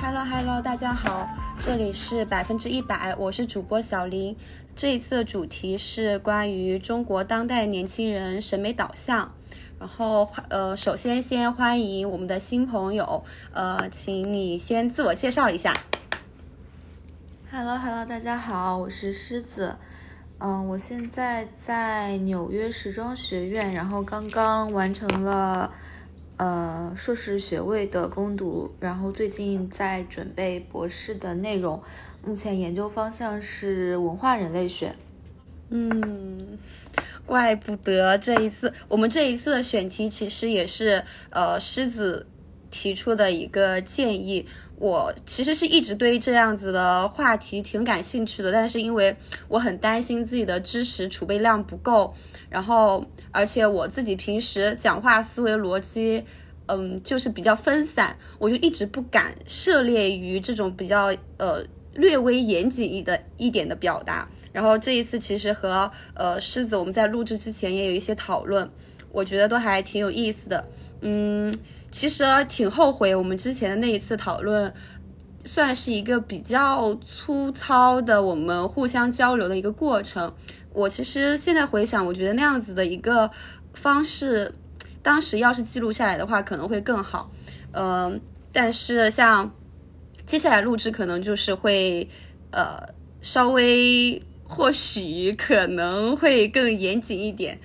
Hello， 大家好，这里是100%，我是主播小林。这一次的主题是关于中国当代年轻人审美导向。然后首先欢迎我们的新朋友，请你先自我介绍一下。 Hello， 大家好，我是狮子。我现在在纽约时装学院，然后刚刚完成了硕士学位的攻读，然后最近在准备博士的内容，目前研究方向是文化人类学。 怪不得我们这一次的选题其实也是狮子提出的一个建议。我其实是一直对这样子的话题挺感兴趣的，但是因为我很担心自己的知识储备量不够，然后而且我自己平时讲话思维逻辑就是比较分散，我就一直不敢涉猎于这种比较略微严谨一点的表达。然后这一次其实和狮子我们在录制之前也有一些讨论，我觉得都还挺有意思的。其实挺后悔我们之前的那一次讨论算是一个比较粗糙的我们互相交流的一个过程。我其实现在回想，我觉得那样子的一个方式当时要是记录下来的话可能会更好。但是像接下来录制可能就是会稍微或许可能会更严谨一点。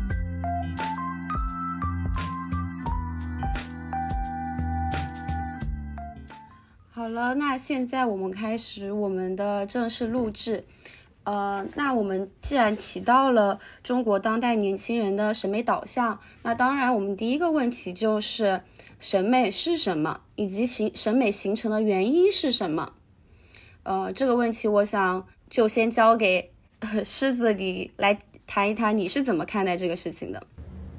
好了，那现在我们开始我们的正式录制。那我们既然提到了中国当代年轻人的审美导向，那当然我们第一个问题就是审美是什么，以及审美形成的原因是什么。这个问题我想就先交给狮子你来谈一谈，你是怎么看待这个事情的？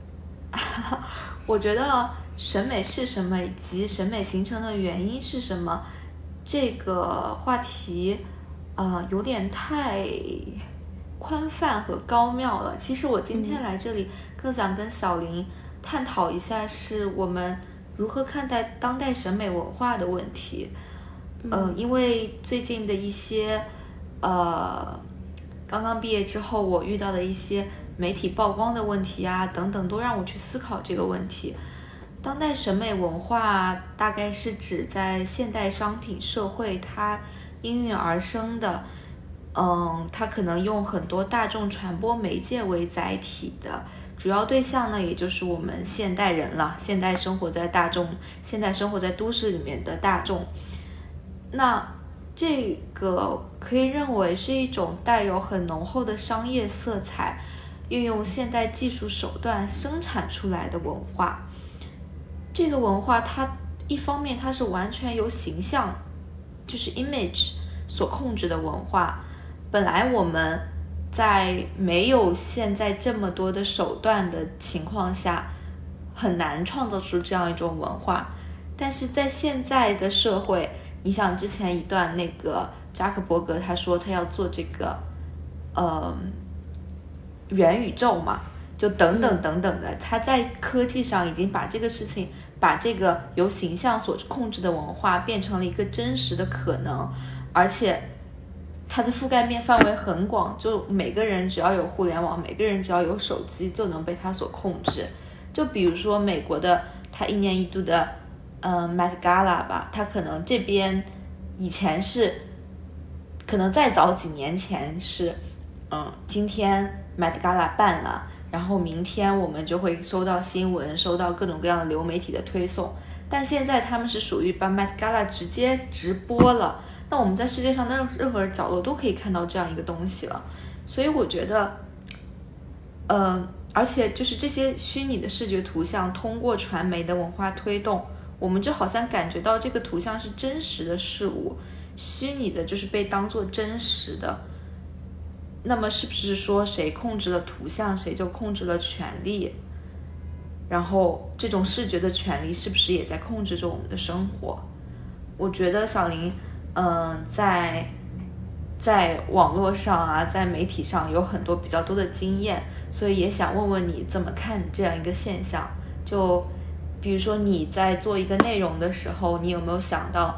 我觉得审美是什么以及审美形成的原因是什么这个话题有点太宽泛和高妙了。其实我今天来这里更想跟小林探讨一下是我们如何看待当代审美文化的问题。因为最近的一些刚刚毕业之后我遇到的一些媒体曝光的问题啊等等，都让我去思考这个问题。当代审美文化大概是指在现代商品社会它应运而生的，它可能用很多大众传播媒介为载体的主要对象呢，也就是我们现代人了，现代生活在都市里面的大众。那这个可以认为是一种带有很浓厚的商业色彩，运用现代技术手段生产出来的文化。这个文化它一方面它是完全由形象，就是 image 所控制的文化。本来我们在没有现在这么多的手段的情况下很难创造出这样一种文化，但是在现在的社会，你想之前一段那个扎克伯格他说他要做这个元宇宙嘛，就等等的，他在科技上已经把这个事情，把这个由形象所控制的文化变成了一个真实的可能，而且它的覆盖面范围很广，就每个人只要有互联网，每个人只要有手机就能被它所控制。就比如说美国的它1年1度的Met Gala 吧，它可能这边以前是可能再早几年前是今天 Met Gala 办了，然后明天我们就会收到新闻，收到各种各样的流媒体的推送，但现在他们是属于把 Met Gala 直接直播了，那我们在世界上的任何角落都可以看到这样一个东西了。所以我觉得而且就是这些虚拟的视觉图像通过传媒的文化推动，我们就好像感觉到这个图像是真实的事物，虚拟的就是被当作真实的。那么是不是说谁控制了图像，谁就控制了权利？然后这种视觉的权利是不是也在控制着我们的生活？我觉得小林在网络上啊，在媒体上有很多比较多的经验，所以也想问问你怎么看这样一个现象。就比如说你在做一个内容的时候，你有没有想到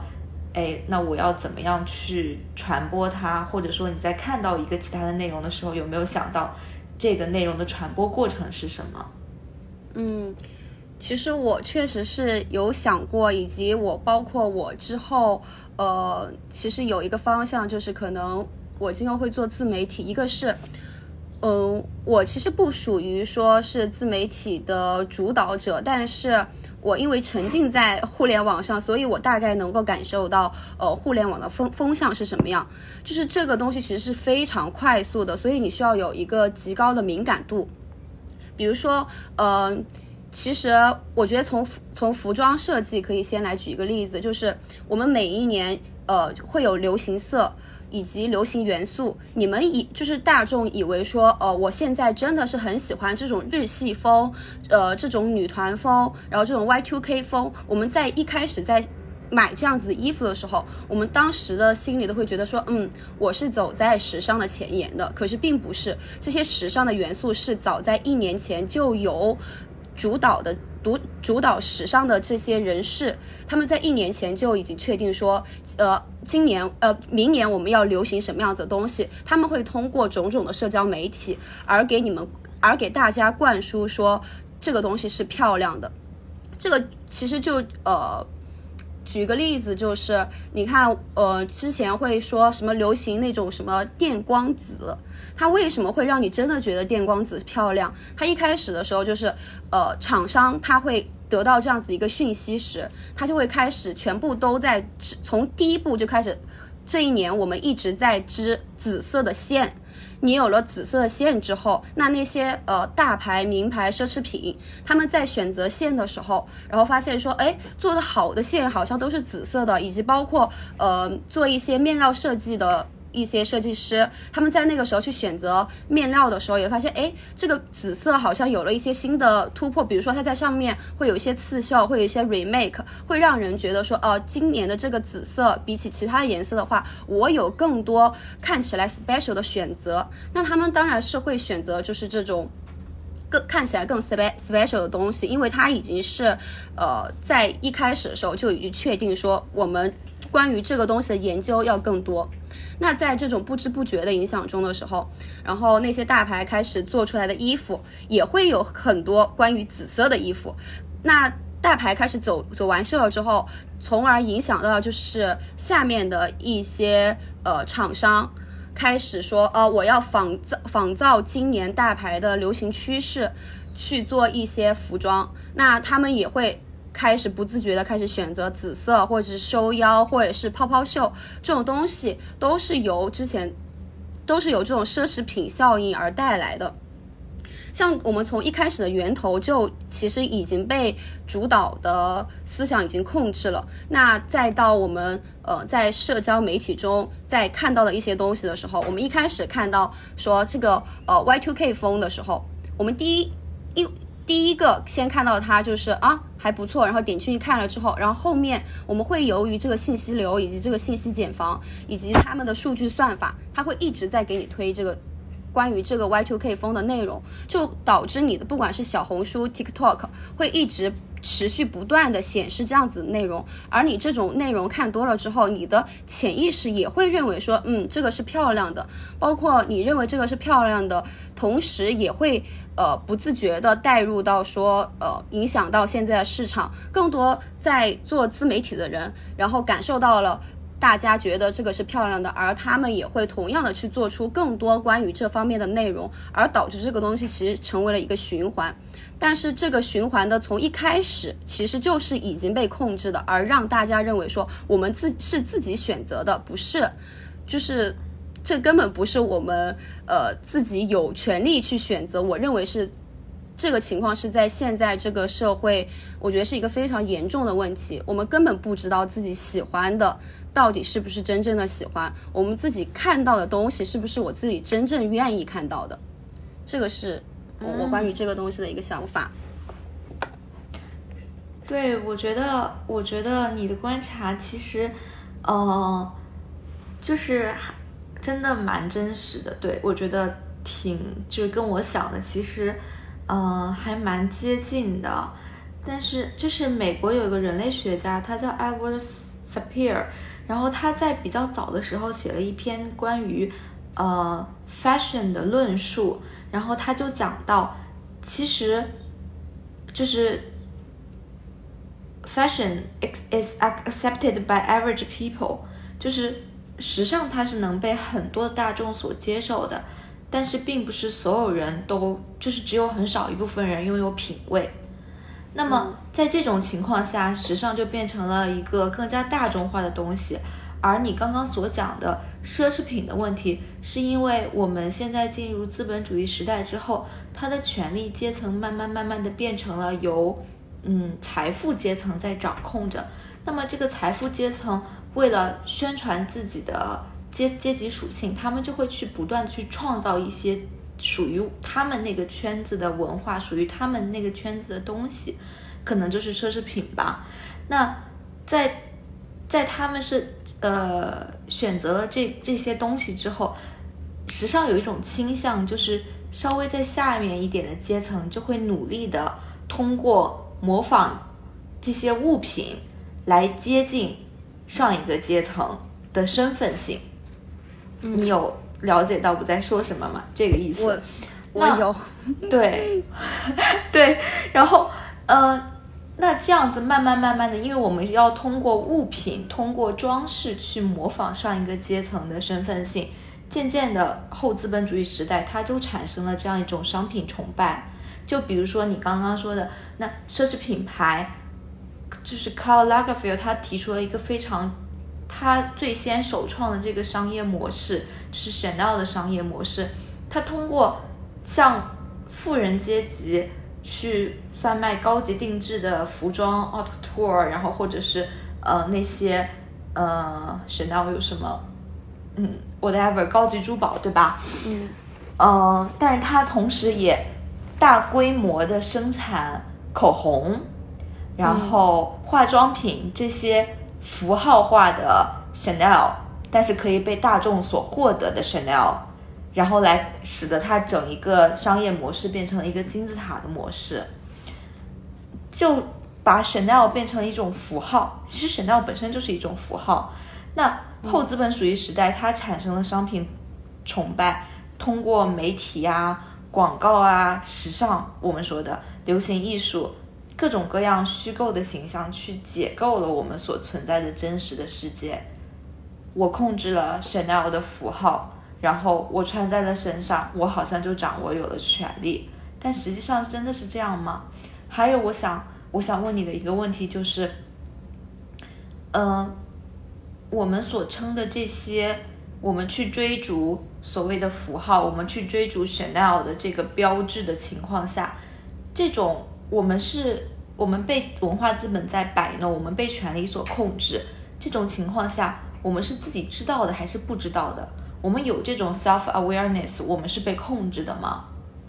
那我要怎么样去传播它，或者说你在看到一个其他的内容的时候，有没有想到这个内容的传播过程是什么？ 其实我确实是有想过，以及包括我之后，其实有一个方向，就是可能我今后会做自媒体。一个是，我其实不属于说是自媒体的主导者，但是我因为沉浸在互联网上，所以我大概能够感受到，互联网的风向是什么样。就是这个东西其实是非常快速的，所以你需要有一个极高的敏感度。比如说，其实我觉得从服装设计可以先来举一个例子，就是我们每一年会有流行色以及流行元素，你们就是大众以为说我现在真的是很喜欢这种日系风，这种女团风，然后这种 Y2K 风，我们在一开始在买这样子的衣服的时候，我们当时的心里都会觉得说，我是走在时尚的前沿的。可是并不是，这些时尚的元素是早在1年前就有主导时尚的这些人士，他们在1年前就已经确定说，明年我们要流行什么样子的东西，他们会通过种种的社交媒体而给大家灌输说这个东西是漂亮的。这个其实就举个例子，就是你看之前会说什么流行那种什么电光紫，它为什么会让你真的觉得电光紫漂亮？它一开始的时候就是厂商他会得到这样子一个讯息时，他就会开始全部都在从第一步就开始，这一年我们一直在织紫色的线。你有了紫色的线之后，那些大牌名牌奢侈品，他们在选择线的时候，然后发现说，做的好的线好像都是紫色的，以及包括做一些面料设计的一些设计师，他们在那个时候去选择面料的时候，也发现这个紫色好像有了一些新的突破。比如说它在上面会有一些刺绣，会有一些 remake， 会让人觉得说今年的这个紫色比起其他颜色的话，我有更多看起来 special 的选择。那他们当然是会选择就是这种看起来更 special 的东西，因为它已经是在一开始的时候就已经确定说我们关于这个东西的研究要更多。那在这种不知不觉的影响中的时候，然后那些大牌开始做出来的衣服也会有很多关于紫色的衣服。那大牌开始走完秀了之后，从而影响到就是下面的一些厂商开始说我要仿造今年大牌的流行趋势去做一些服装。那他们也会开始不自觉的开始选择紫色，或者是收腰，或者是泡泡袖，这种东西都是由这种奢侈品效应而带来的。像我们从一开始的源头就其实已经被主导的思想已经控制了，那再到我们在社交媒体中在看到的一些东西的时候，我们一开始看到说这个Y2K 风的时候，我们第一个先看到它就是还不错，然后点进去看了之后，然后后面我们会由于这个信息流以及这个信息茧房以及他们的数据算法，它会一直在给你推这个关于这个 Y2K 风的内容，就导致你的不管是小红书 TikTok 会一直持续不断的显示这样子的内容。而你这种内容看多了之后，你的潜意识也会认为说这个是漂亮的，包括你认为这个是漂亮的同时，也会不自觉的带入到说影响到现在的市场。更多在做自媒体的人，然后感受到了大家觉得这个是漂亮的，而他们也会同样的去做出更多关于这方面的内容，而导致这个东西其实成为了一个循环。但是这个循环的从一开始其实就是已经被控制的，而让大家认为说我们是自己选择的，不是，就是这根本不是我们自己有权利去选择。我认为是这个情况是在现在这个社会，我觉得是一个非常严重的问题。我们根本不知道自己喜欢的到底是不是真正的喜欢，我们自己看到的东西是不是我自己真正愿意看到的。这个是我关于这个东西的一个想法。 对，我觉得你的观察其实就是真的蛮真实的。对，我觉得就是跟我想的其实还蛮接近的。但是就是美国有一个人类学家，他叫 Edward Sapir， 然后他在比较早的时候写了一篇关于fashion 的论述，然后他就讲到，其实就是 fashion is accepted by average people， 就是时尚它是能被很多大众所接受的，但是并不是所有人都，就是只有很少一部分人拥有品味。那么在这种情况下，时尚就变成了一个更加大众化的东西。而你刚刚所讲的奢侈品的问题，是因为我们现在进入资本主义时代之后，它的权力阶层慢慢的变成了由财富阶层在掌控着。那么这个财富阶层为了宣传自己的阶级属性，他们就会去不断的去创造一些属于他们那个圈子的文化，属于他们那个圈子的东西，可能就是奢侈品吧。那在他们是选择了这些东西之后，时尚有一种倾向，就是稍微在下面一点的阶层就会努力的通过模仿这些物品来接近上一个阶层的身份性。你有了解到我在说什么吗？这个意思。 我有。 对对，然后那这样子慢慢的，因为我们要通过物品，通过装饰去模仿上一个阶层的身份性，渐渐的后资本主义时代它就产生了这样一种商品崇拜。就比如说你刚刚说的那奢侈品牌，就是 Karl Lagerfeld 他提出了一个他最先首创的这个商业模式，就是 Chanel 的商业模式。他通过向富人阶级去贩卖高级定制的服装 haute couture， 然后或者是那些Chanel 有什么whatever 高级珠宝，对吧？但是它同时也大规模的生产口红，然后化妆品这些符号化的 Chanel， 但是可以被大众所获得的 Chanel， 然后来使得它整一个商业模式变成了一个金字塔的模式，就把 Chanel 变成了一种符号。其实 Chanel 本身就是一种符号。那后资本主义时代它产生了商品崇拜，通过媒体啊、广告啊、时尚，我们说的流行艺术，各种各样虚构的形象去解构了我们所存在的真实的世界。我控制了 Chanel 的符号，然后我穿在了身上，我好像就掌握有了权利。但实际上真的是这样吗？还有我想问你的一个问题就是，我们所称的这些，我们去追逐所谓的符号，我们去追逐 Chanel 的这个标志的情况下，这种我们被文化资本在摆弄，我们被权力所控制，这种情况下，我们是自己知道的还是不知道的？我们有这种 self awareness， 我们是被控制的吗？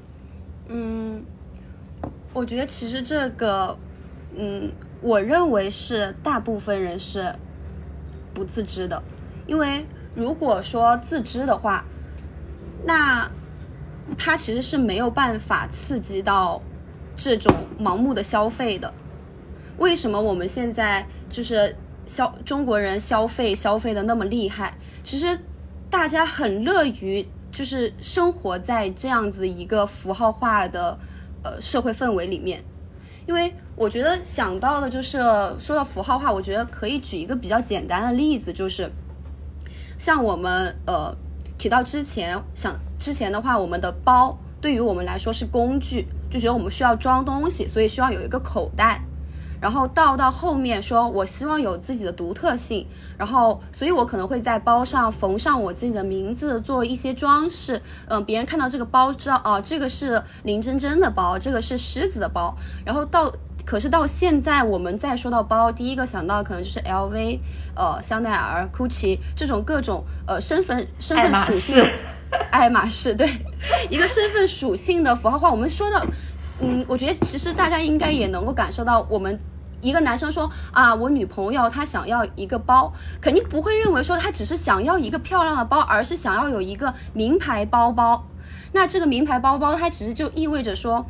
我觉得其实这个我认为是大部分人是不自知的。因为如果说自知的话，那它其实是没有办法刺激到这种盲目的消费的。为什么我们现在就是中国人消费的那么厉害？其实大家很乐于就是生活在这样子一个符号化的社会氛围里面。因为我觉得想到的就是说到符号化，我觉得可以举一个比较简单的例子，就是像我们提到之前的话，我们的包对于我们来说是工具，就觉得我们需要装东西，所以需要有一个口袋。然后到后面说我希望有自己的独特性，然后所以我可能会在包上缝上我自己的名字，做一些装饰。别人看到这个包知道这个是林真真的包，这个是狮子的包。然后可是到现在我们再说到包，第一个想到可能就是 LV、香奈儿、GUCCI 这种各种身份属性，爱马仕对，一个身份属性的符号化。我们说到我觉得其实大家应该也能够感受到，我们一个男生说我女朋友她想要一个包，肯定不会认为说她只是想要一个漂亮的包，而是想要有一个名牌包包。那这个名牌包包它其实就意味着说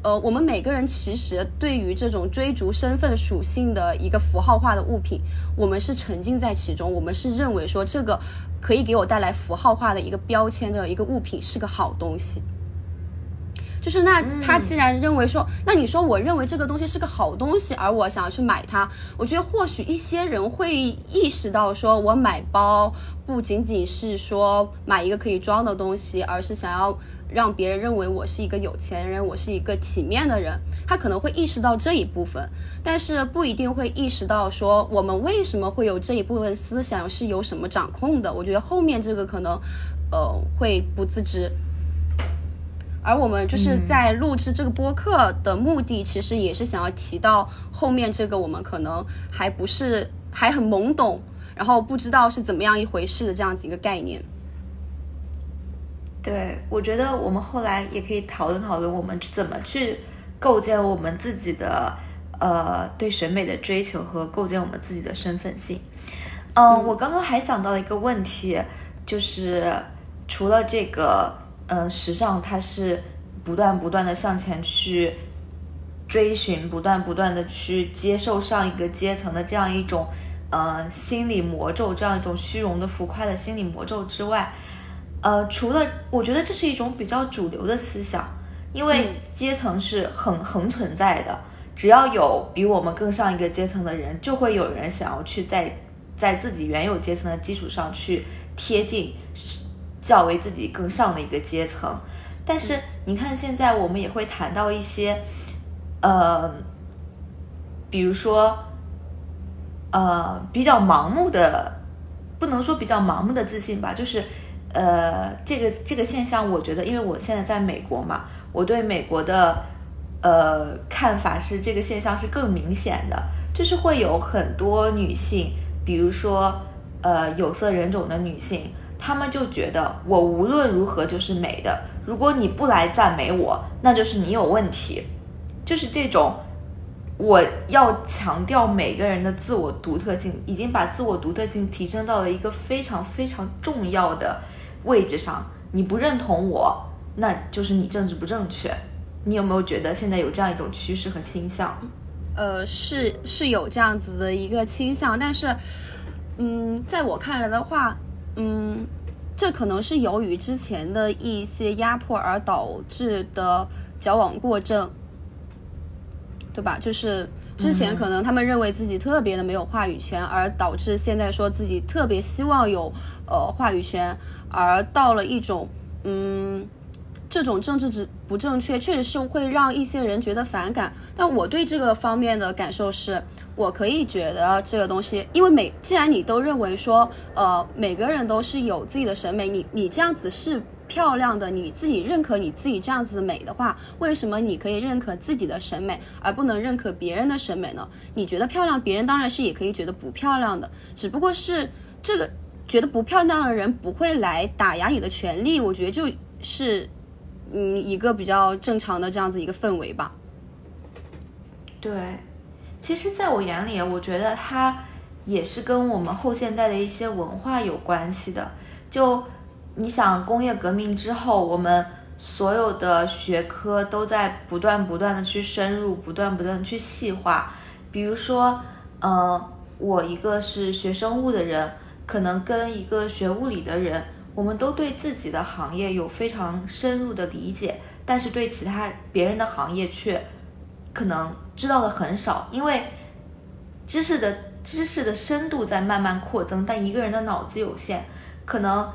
我们每个人其实对于这种追逐身份属性的一个符号化的物品，我们是沉浸在其中，我们是认为说这个可以给我带来符号化的一个标签的一个物品是个好东西。就是那他既然认为说，那你说我认为这个东西是个好东西，而我想要去买它，我觉得或许一些人会意识到说，我买包不仅仅是说买一个可以装的东西，而是想要让别人认为我是一个有钱人，我是一个体面的人，他可能会意识到这一部分，但是不一定会意识到说我们为什么会有这一部分思想是由什么掌控的。我觉得后面这个可能会不自知。而我们就是在录制这个播客的目的，其实也是想要提到后面这个我们可能还很懵懂，然后不知道是怎么样一回事的这样子一个概念。 对，我觉得我们后来也可以讨论讨论我们怎么去构建我们自己的对审美的追求和构建我们自己的身份性。我刚刚还想到了一个问题，就是除了这个时尚它是不断的向前去追寻，不断的去接受上一个阶层的这样一种心理魔咒，这样一种虚荣的浮夸的心理魔咒之外，除了我觉得这是一种比较主流的思想，因为阶层是恒存在的，只要有比我们更上一个阶层的人，就会有人想要去在自己原有阶层的基础上去贴近较为自己更上的一个阶层。但是你看现在我们也会谈到一些比如说比较盲目的，不能说比较盲目的自信吧，就是这个现象，我觉得因为我现在在美国嘛，我对美国的看法是这个现象是更明显的，就是会有很多女性，比如说有色人种的女性，她们就觉得我无论如何就是美的，如果你不来赞美我，那就是你有问题。就是这种我要强调每个人的自我独特性，已经把自我独特性提升到了一个非常非常重要的位置上。你不认同我，那就是你政治不正确。你有没有觉得现在有这样一种趋势和倾向？ 是有这样子的一个倾向，但是在我看来的话，这可能是由于之前的一些压迫而导致的矫枉过正，对吧？就是之前可能他们认为自己特别的没有话语权，而导致现在说自己特别希望有话语权，而到了一种这种政治不正确确实是会让一些人觉得反感。但我对这个方面的感受是，我可以觉得这个东西，因为既然你都认为说每个人都是有自己的审美，你这样子是漂亮的，你自己认可你自己这样子美的话，为什么你可以认可自己的审美而不能认可别人的审美呢？你觉得漂亮，别人当然是也可以觉得不漂亮的，只不过是这个觉得不漂亮的人不会来打压你的权利，我觉得就是一个比较正常的这样子一个氛围吧。 对，其实在我眼里，我觉得它也是跟我们后现代的一些文化有关系的。就你想，工业革命之后，我们所有的学科都在不断的去深入，不断的去细化。比如说我一个是学生物的人，可能跟一个学物理的人，我们都对自己的行业有非常深入的理解，但是对其他别人的行业却可能知道的很少。因为知识的深度在慢慢扩增，但一个人的脑子有限，可能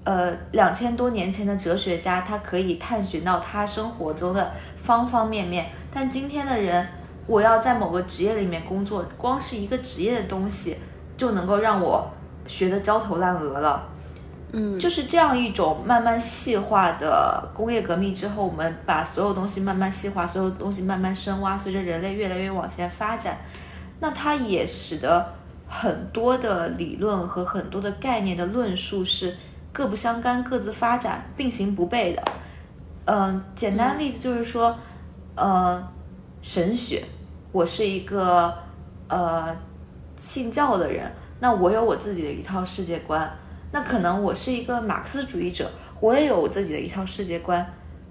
2000多年前的哲学家他可以探寻到他生活中的方方面面，但今天的人，我要在某个职业里面工作，光是一个职业的东西就能够让我学得焦头烂额了。就是这样一种慢慢细化的工业革命之后，我们把所有东西慢慢细化，所有东西慢慢深挖，随着人类越来越往前发展，那它也使得很多的理论和很多的概念的论述是各不相干，各自发展，并行不悖的。简单的例子就是说神学，我是一个信教的人，那我有我自己的一套世界观，那可能我是一个马克思主义者，我也有我自己的一套世界观。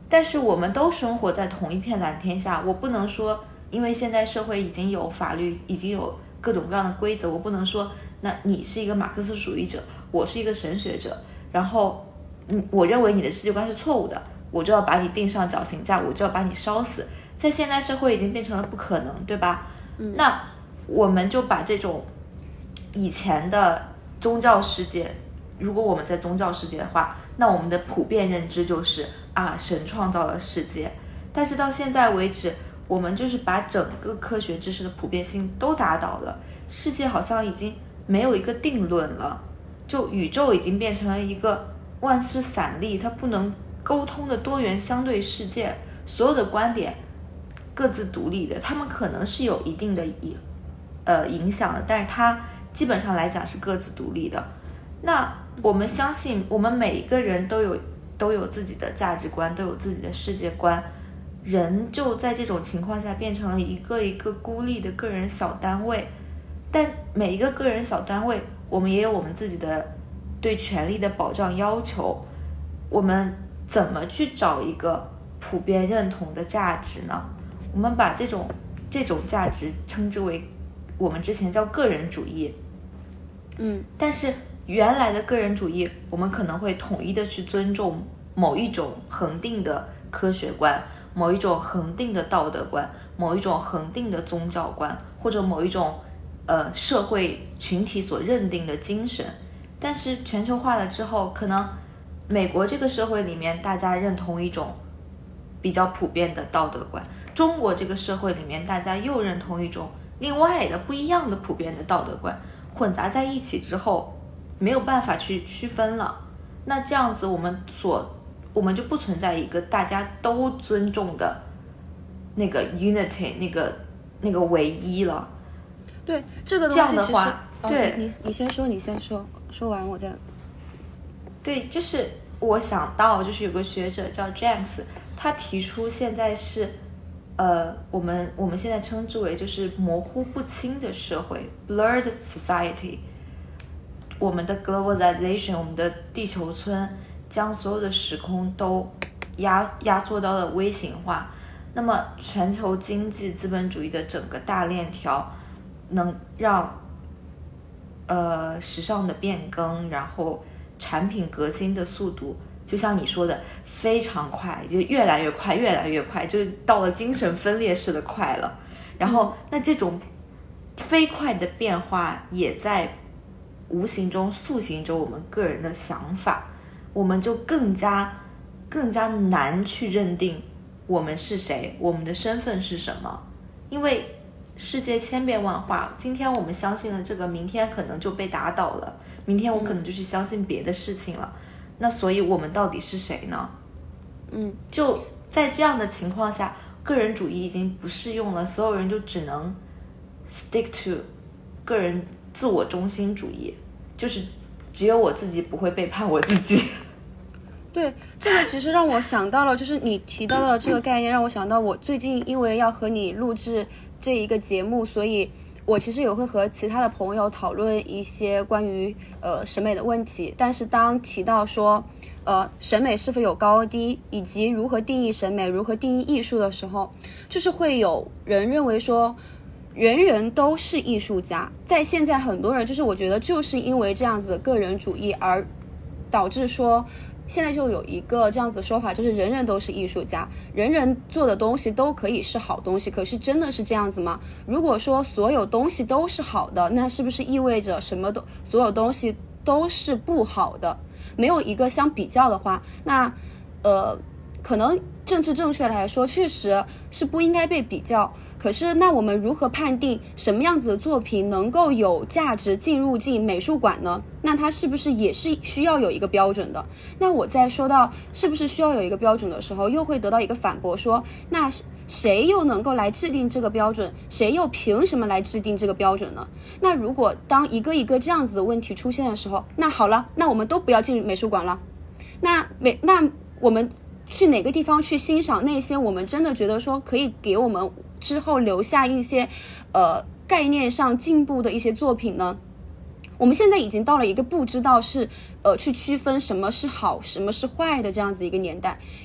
但是我们都生活在同一片蓝天下，我不能说因为现在社会已经有法律，已经有各种各样的规则，我不能说那你是一个马克思主义者，我是一个神学者，然后我认为你的世界观是错误的，我就要把你钉上绞刑架，我就要把你烧死。在现代社会已经变成了不可能，对吧？那我们就把这种以前的宗教世界，如果我们在宗教世界的话，那我们的普遍认知就是神创造了世界。但是到现在为止，我们就是把整个科学知识的普遍性都打倒了，世界好像已经没有一个定论了，就宇宙已经变成了一个万事散立，它不能沟通的多元相对世界，所有的观点各自独立的，他们可能是有一定的影响的，但是它基本上来讲是各自独立的。那我们相信我们每一个人都有自己的价值观，都有自己的世界观，人就在这种情况下变成了一个一个孤立的个人小单位。但每一个个人小单位，我们也有我们自己的对权利的保障要求，我们怎么去找一个普遍认同的价值呢？我们把这种价值称之为我们之前叫个人主义。但是原来的个人主义，我们可能会统一的去尊重某一种恒定的科学观，某一种恒定的道德观，某一种恒定的宗教观，或者某一种社会群体所认定的精神。但是全球化了之后，可能美国这个社会里面大家认同一种比较普遍的道德观，中国这个社会里面大家又认同一种另外的不一样的普遍的道德观，混杂在一起之后没有办法去区分了。那这样子我们就不存在一个大家都尊重的那个 unity， 那个唯一了。 对，这个东西其实这样的话，对， 你先说，说完我再。 对，就是我想到就是有个学者叫 James， 他提出现在是我们现在称之为就是模糊不清的社会 blurred society。 我们的 globalization， 我们的地球村将所有的时空都压缩到了微型化，那么全球经济资本主义的整个大链条能让时尚的变更，然后产品革新的速度就像你说的非常快，就越来越快越来越快，就是到了精神分裂式的快了。然后那这种飞快的变化也在无形中塑形着我们个人的想法，我们就更加难去认定我们是谁，我们的身份是什么。因为世界千变万化，今天我们相信了这个，明天可能就被打倒了，明天我可能就去相信别的事情了。那所以我们到底是谁呢？就在这样的情况下，个人主义已经不适用了，所有人就只能 stick to 个人自我中心主义，就是只有我自己不会背叛我自己。 对，这个其实让我想到了，就是你提到的这个概念让我想到，我最近因为要和你录制这一个节目，所以我其实也会和其他的朋友讨论一些关于审美的问题。但是当提到说审美是否有高低，以及如何定义审美，如何定义艺术的时候，就是会有人认为说人人都是艺术家。在现在很多人就是我觉得就是因为这样子的个人主义而导致说现在就有一个这样子的说法，就是人人都是艺术家，人人做的东西都可以是好东西。可是真的是这样子吗？如果说所有东西都是好的，那是不是意味着所有东西都是不好的？没有一个相比较的话，那可能政治正确来说确实是不应该被比较。可是那我们如何判定什么样子的作品能够有价值进美术馆呢？那它是不是也是需要有一个标准的？那我在说到是不是需要有一个标准的时候，又会得到一个反驳，说那谁又能够来制定这个标准？谁又凭什么来制定这个标准呢？那如果当一个一个这样子的问题出现的时候，那好了，那我们都不要进美术馆了。那我们去哪个地方去欣赏那些我们真的觉得说可以给我们之后留下一些概念上进步的一些作品呢？我们现在已经到了一个不知道是去区分什么是好什么是坏的这样子一个年代。因为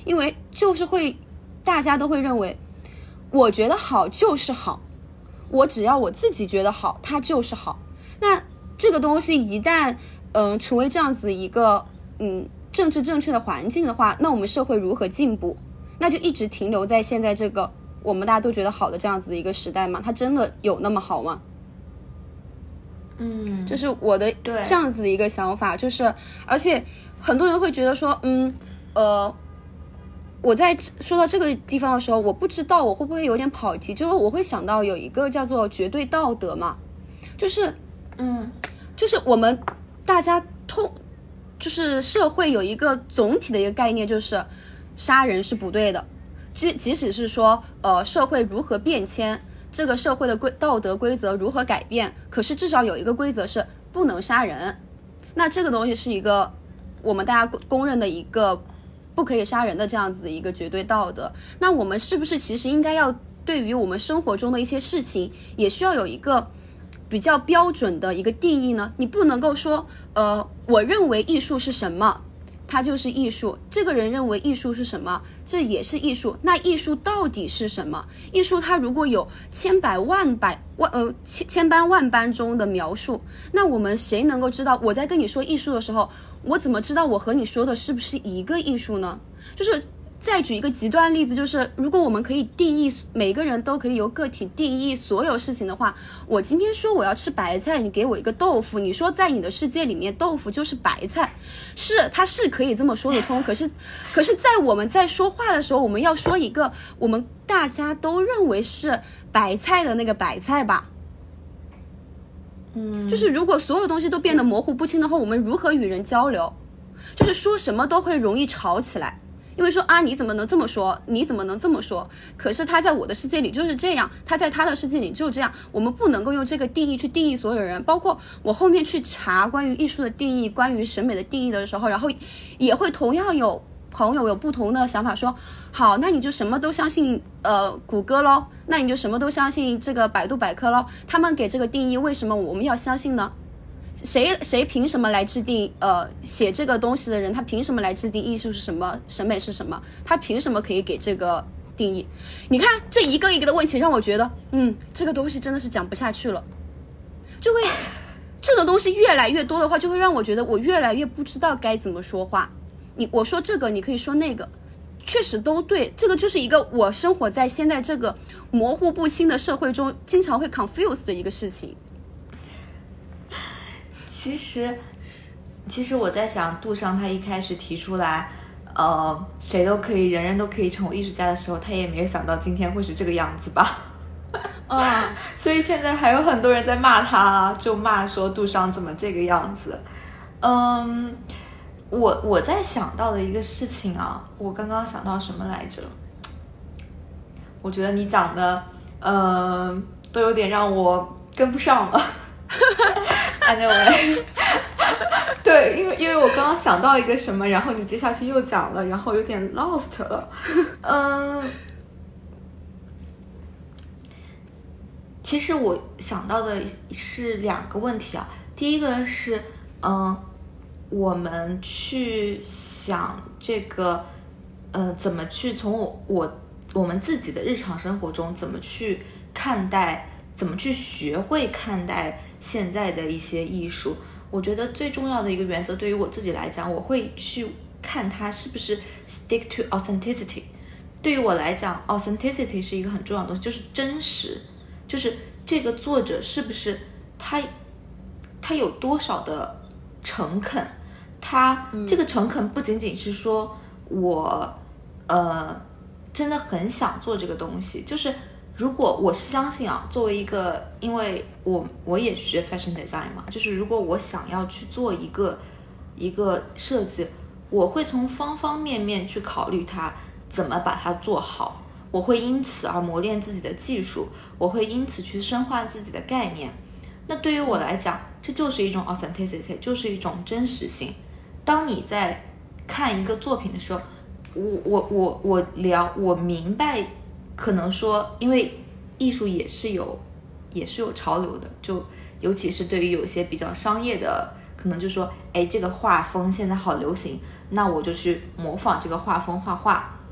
就是会大家都会认为，我觉得好就是好，我只要我自己觉得好，它就是好。那这个东西一旦成为这样子一个政治正确的环境的话，那我们社会如何进步？那就一直停留在现在这个我们大家都觉得好的这样子的一个时代吗？它真的有那么好吗？就是我的这样子的一个想法，就是而且很多人会觉得说我在说到这个地方的时候，我不知道我会不会有点跑题，就是我会想到有一个叫做绝对道德嘛，就是我们大家就是社会有一个总体的一个概念，就是杀人是不对的，即使是说社会如何变迁，这个社会的道德规则如何改变，可是至少有一个规则是不能杀人。那这个东西是一个我们大家公认的一个不可以杀人的这样子的一个绝对道德。那我们是不是其实应该要对于我们生活中的一些事情也需要有一个比较标准的一个定义呢？你不能够说我认为艺术是什么它就是艺术，这个人认为艺术是什么，这也是艺术。那艺术到底是什么？艺术它如果有千般万般中的描述，那我们谁能够知道我在跟你说艺术的时候，我怎么知道我和你说的是不是一个艺术呢？就是再举一个极端例子，就是如果我们可以定义，每个人都可以由个体定义所有事情的话，我今天说我要吃白菜，你给我一个豆腐，你说在你的世界里面豆腐就是白菜，它是可以这么说得通，可是在我们在说话的时候，我们要说一个我们大家都认为是白菜的那个白菜吧。就是如果所有东西都变得模糊不清的话，我们如何与人交流？就是说什么都会容易吵起来，因为说你怎么能这么说，你怎么能这么说，可是他在我的世界里就是这样，他在他的世界里就这样。我们不能够用这个定义去定义所有人，包括我后面去查关于艺术的定义，关于审美的定义的时候，然后也会同样有朋友有不同的想法，说好，那你就什么都相信谷歌咯，那你就什么都相信这个百度百科咯，他们给这个定义，为什么我们要相信呢？谁凭什么来制定写这个东西的人，他凭什么来制定艺术是什么，审美是什么，他凭什么可以给这个定义？你看这一个一个的问题让我觉得这个东西真的是讲不下去了，就会这个东西越来越多的话，就会让我觉得我越来越不知道该怎么说话。我说这个你可以说那个，确实都对，这个就是一个我生活在现在这个模糊不清的社会中经常会 confuse 的一个事情。 其实我在想，杜尚他一开始提出来谁都可以，人人都可以成为艺术家的时候，他也没有想到今天会是这个样子吧。所以现在还有很多人在骂他，就骂说杜尚怎么这个样子。我在想到的一个事情啊，我刚刚想到什么来着？我觉得你讲的都有点让我跟不上了。Anyway， 对，因为我刚刚想到一个什么，然后你接下去又讲了，然后有点 lost 了。其实我想到的是两个问题啊。第一个是我们去想这个怎么去从我们自己的日常生活中怎么去看待，怎么去学会看待现在的一些艺术。我觉得最重要的一个原则，对于我自己来讲，我会去看它是不是 stick to authenticity。对于我来讲 authenticity 是一个很重要的东西，就是真实，就是这个作者是不是他有多少的诚恳，他这个诚恳不仅仅是说我真的很想做这个东西，就是如果我是相信啊，作为一个，因为我也学 fashion design 嘛，就是如果我想要去做一个设计，我会从方方面面去考虑它怎么把它做好，我会因此而磨练自己的技术，我会因此去深化自己的概念。那对于我来讲，这就是一种 authenticity， 就是一种真实性。当你在看一个作品的时候，我明白，可能说，因为艺术也是有潮流的，就尤其是对于有些比较商业的，可能就说，哎，这个画风现在好流行，那我就去模仿这个画风画画。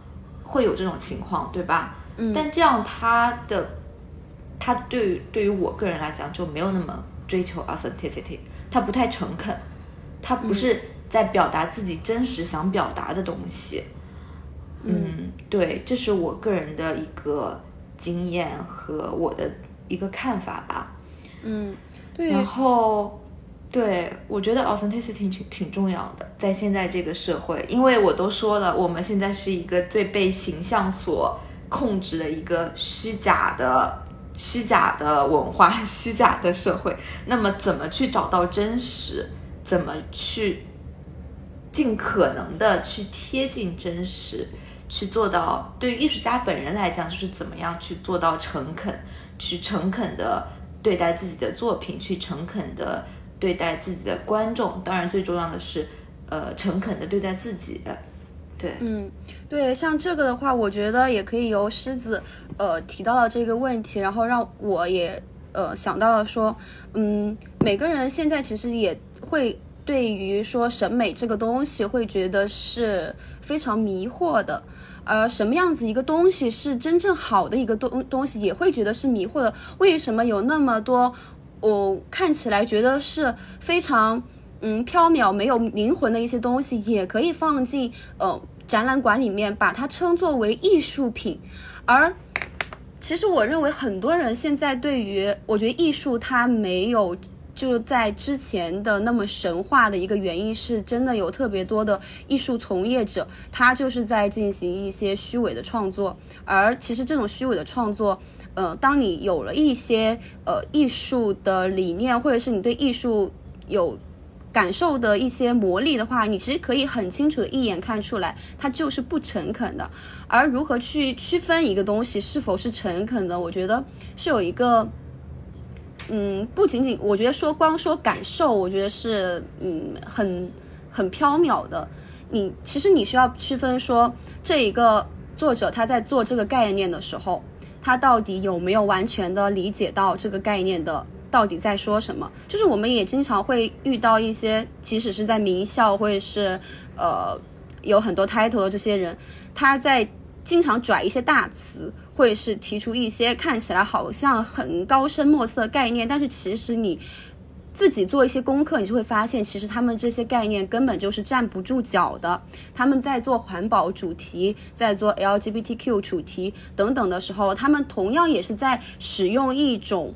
会有这种情况，对吧？但这样他对于我个人来讲就没有那么追求 authenticity， 他不太诚恳，他不是在表达自己真实想表达的东西。对，这是我个人的一个经验和我的一个看法吧。 对。 然后对，我觉得 authenticity 挺重要的，在现在这个社会，因为我都说了，我们现在是一个最被形象所控制的一个虚假的文化，虚假的社会。那么怎么去找到真实，怎么去尽可能的去贴近真实，去做到，对于艺术家本人来讲，就是怎么样去做到诚恳，去诚恳的对待自己的作品，去诚恳的对待自己的观众，当然最重要的是诚恳的对待自己。对， 对，像这个的话，我觉得也可以由狮子提到了这个问题，然后让我也想到了说，每个人现在其实也会对于说审美这个东西会觉得是非常迷惑的，而什么样子一个东西是真正好的一个东西也会觉得是迷惑的。为什么有那么多看起来觉得是非常缥缈没有灵魂的一些东西也可以放进展览馆里面，把它称作为艺术品？而其实我认为很多人现在对于，我觉得艺术它没有就在之前的那么神话的一个原因是，真的有特别多的艺术从业者，他就是在进行一些虚伪的创作。而其实这种虚伪的创作当你有了一些艺术的理念，或者是你对艺术有感受的一些魔力的话，你其实可以很清楚的一眼看出来它就是不诚恳的。而如何去区分一个东西是否是诚恳的，我觉得是有一个不仅仅我觉得光说感受，我觉得是很缥缈的。其实你需要区分说，这一个作者他在做这个概念的时候，他到底有没有完全的理解到这个概念的到底在说什么。就是我们也经常会遇到一些即使是在名校或者是有很多 title 的这些人，他在经常拽一些大词，或者是提出一些看起来好像很高深莫测的概念，但是其实你自己做一些功课，你就会发现其实他们这些概念根本就是站不住脚的。他们在做环保主题，在做 LGBTQ 主题等等的时候，他们同样也是在使用一种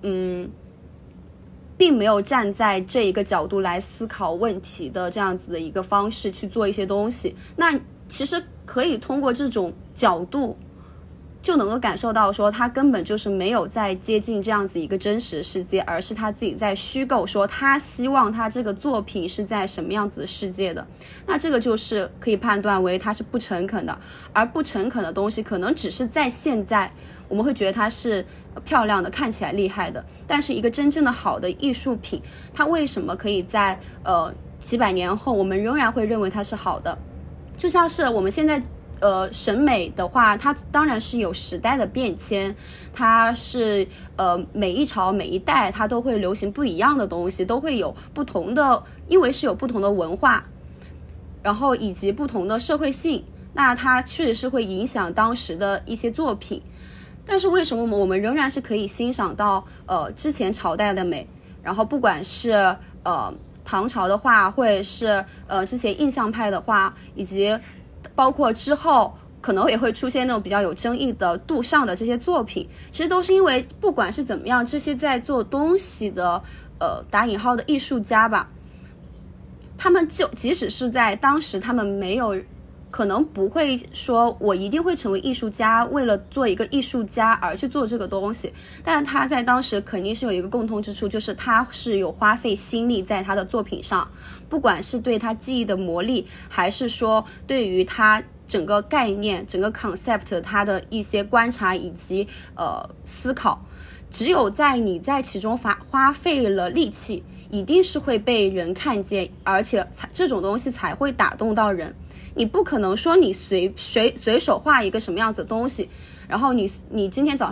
并没有站在这一个角度来思考问题的这样子的一个方式去做一些东西。那其实可以通过这种角度就能够感受到说，他根本就是没有在接近这样子一个真实世界，而是他自己在虚构，说他希望他这个作品是在什么样子的世界的。那这个就是可以判断为他是不诚恳的。而不诚恳的东西可能只是在现在我们会觉得它是漂亮的，看起来厉害的，但是一个真正的好的艺术品，它为什么可以在几百年后我们仍然会认为它是好的？就像是我们现在审美的话，它当然是有时代的变迁，它是每一朝每一代它都会流行不一样的东西，都会有不同的，因为是有不同的文化，然后以及不同的社会性，那它确实是会影响当时的一些作品。但是为什么我们仍然是可以欣赏到之前朝代的美，然后不管是唐朝的画，或者是之前印象派的画，以及包括之后可能也会出现那种比较有争议的杜尚的这些作品，其实都是因为不管是怎么样，这些在做东西的打引号的艺术家吧，他们就即使是在当时他们没有可能不会说我一定会成为艺术家，为了做一个艺术家而去做这个东西，但是他在当时肯定是有一个共通之处，就是他是有花费心力在他的作品上，不管是对他记忆的磨砺，还是说对于他整个概念整个 concept 他的一些观察以及思考，只有在你在其中花费了力气，一定是会被人看见，而且这种东西才会打动到人。你不可能说你随手画一个什么样子的东西，然后你今天早上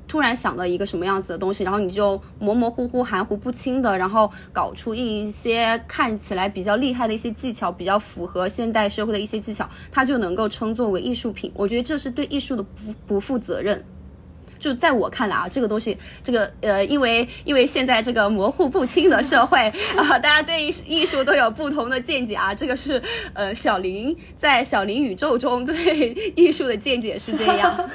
突然想到一个什么样子的东西，然后你就模模糊糊含糊不清的，然后搞出一些看起来比较厉害的一些技巧，比较符合现代社会的一些技巧，它就能够称作为艺术品。我觉得这是对艺术的不负责任。就在我看来啊，这个东西，因为现在这个模糊不清的社会大家对艺术都有不同的见解啊。这个是小林在小林宇宙中对艺术的见解是这样。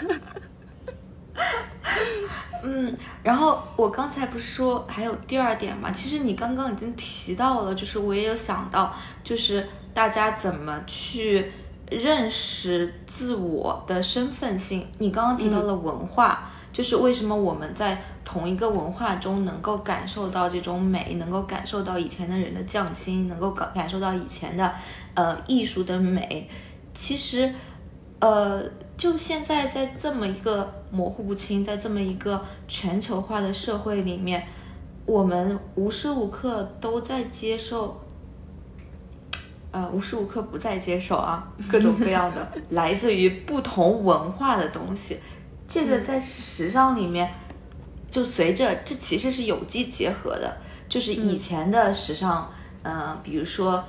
然后我刚才不是说还有第二点嘛？其实你刚刚已经提到了，就是我也有想到，就是大家怎么去认识自我的身份性。你刚刚提到了文化，就是为什么我们在同一个文化中能够感受到这种美，能够感受到以前的人的匠心，能够感受到以前的艺术的美。其实就现在在这么一个模糊不清，在这么一个全球化的社会里面，我们无时无刻都在接受无时无刻不在接受各种各样的来自于不同文化的东西。这个在时尚里面就随着这其实是有机结合的，就是以前的时尚比如说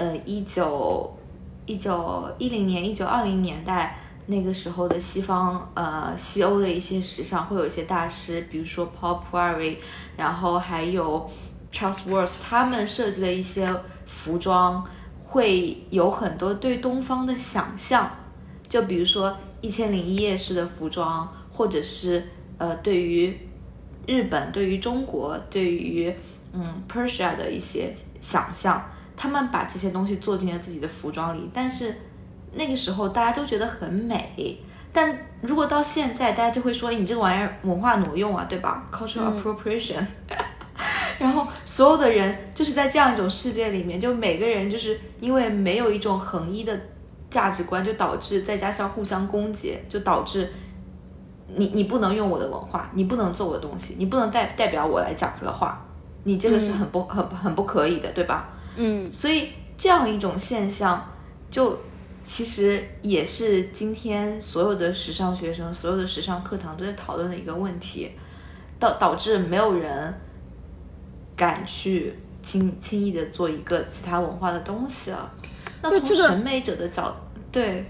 1910年1920年代那个时候的西欧的一些时尚会有一些大师，比如说 Paul Poiret， 然后还有 Charles Worth， 他们设计的一些服装会有很多对东方的想象，就比如说1001夜式的服装，或者是对于日本、对于中国、对于Persia 的一些想象，他们把这些东西做进了自己的服装里。但是那个时候大家都觉得很美，但如果到现在，大家就会说你这个玩意儿文化挪用对吧？ Cultural appropriation。然后所有的人就是在这样一种世界里面，就每个人就是因为没有一种横一的价值观，就导致再加上互相攻讦，就导致你不能用我的文化，你不能做我的东西，你不能代表我来讲这个话，你这个是很不可以的，对吧？所以这样一种现象就其实也是今天所有的时尚学生、所有的时尚课堂都在讨论的一个问题，导致没有人敢去轻易的做一个其他文化的东西了。那从审美者的角度，对，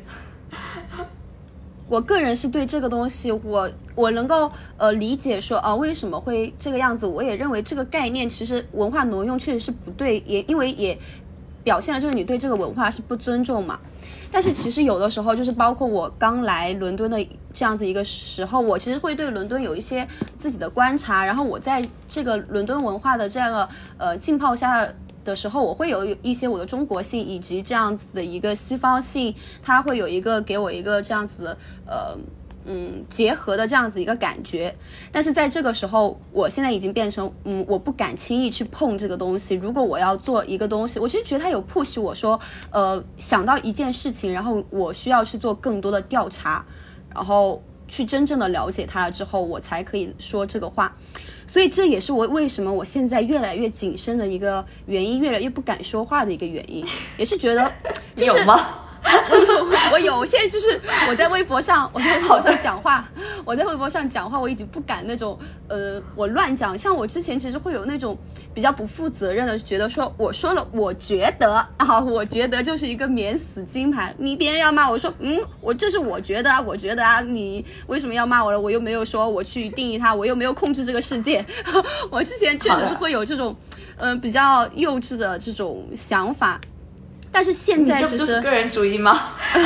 我个人是对这个东西，我能够理解说为什么会这个样子。我也认为这个概念其实文化挪用确实是不对，因为也表现了就是你对这个文化是不尊重嘛。但是其实有的时候就是包括我刚来伦敦的这样子一个时候，我其实会对伦敦有一些自己的观察，然后我在这个伦敦文化的这样的浸泡下的时候，我会有一些我的中国性以及这样子的一个西方性，它会有一个给我一个这样子结合的这样子一个感觉。但是在这个时候，我现在已经变成我不敢轻易去碰这个东西。如果我要做一个东西，我其实觉得它有 push 我说想到一件事情，然后我需要去做更多的调查，然后去真正的了解它了之后，我才可以说这个话。所以这也是我为什么我现在越来越谨慎的一个原因，越来越不敢说话的一个原因，也是觉得你有吗？ 我有，现在就是我在微博上讲话，我已经不敢那种我乱讲。像我之前其实会有那种比较不负责任的，觉得说我说了我觉得就是一个免死金牌，你别人要骂我说这是我觉得你为什么要骂我了？我又没有说我去定义它，我又没有控制这个世界。我之前确实是会有这种比较幼稚的这种想法。但是现在其实你这不就是个人主义吗？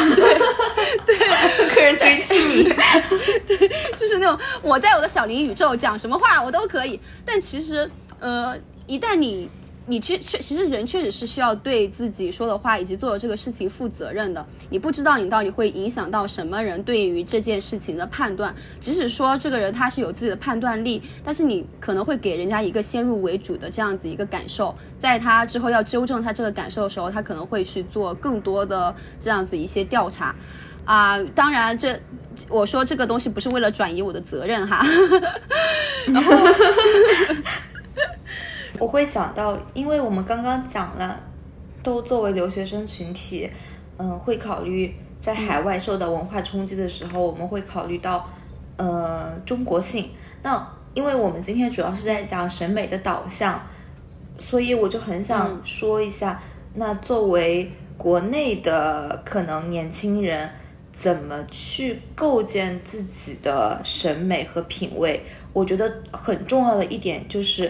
对， 个人主义就是你。 对，就是那种我在我的小林宇宙讲什么话我都可以。但其实一旦你其实人确实是需要对自己说的话以及做的这个事情负责任的。你不知道你到底会影响到什么人对于这件事情的判断，即使说这个人他是有自己的判断力，但是你可能会给人家一个先入为主的这样子一个感受，在他之后要纠正他这个感受的时候，他可能会去做更多的这样子一些调查当然我说这个东西不是为了转移我的责任哈。然后我会想到，因为我们刚刚讲了，都作为留学生群体，会考虑在海外受到文化冲击的时候，我们会考虑到中国性。那因为我们今天主要是在讲审美的导向，所以我就很想说一下，那作为国内的可能年轻人怎么去构建自己的审美和品味。我觉得很重要的一点就是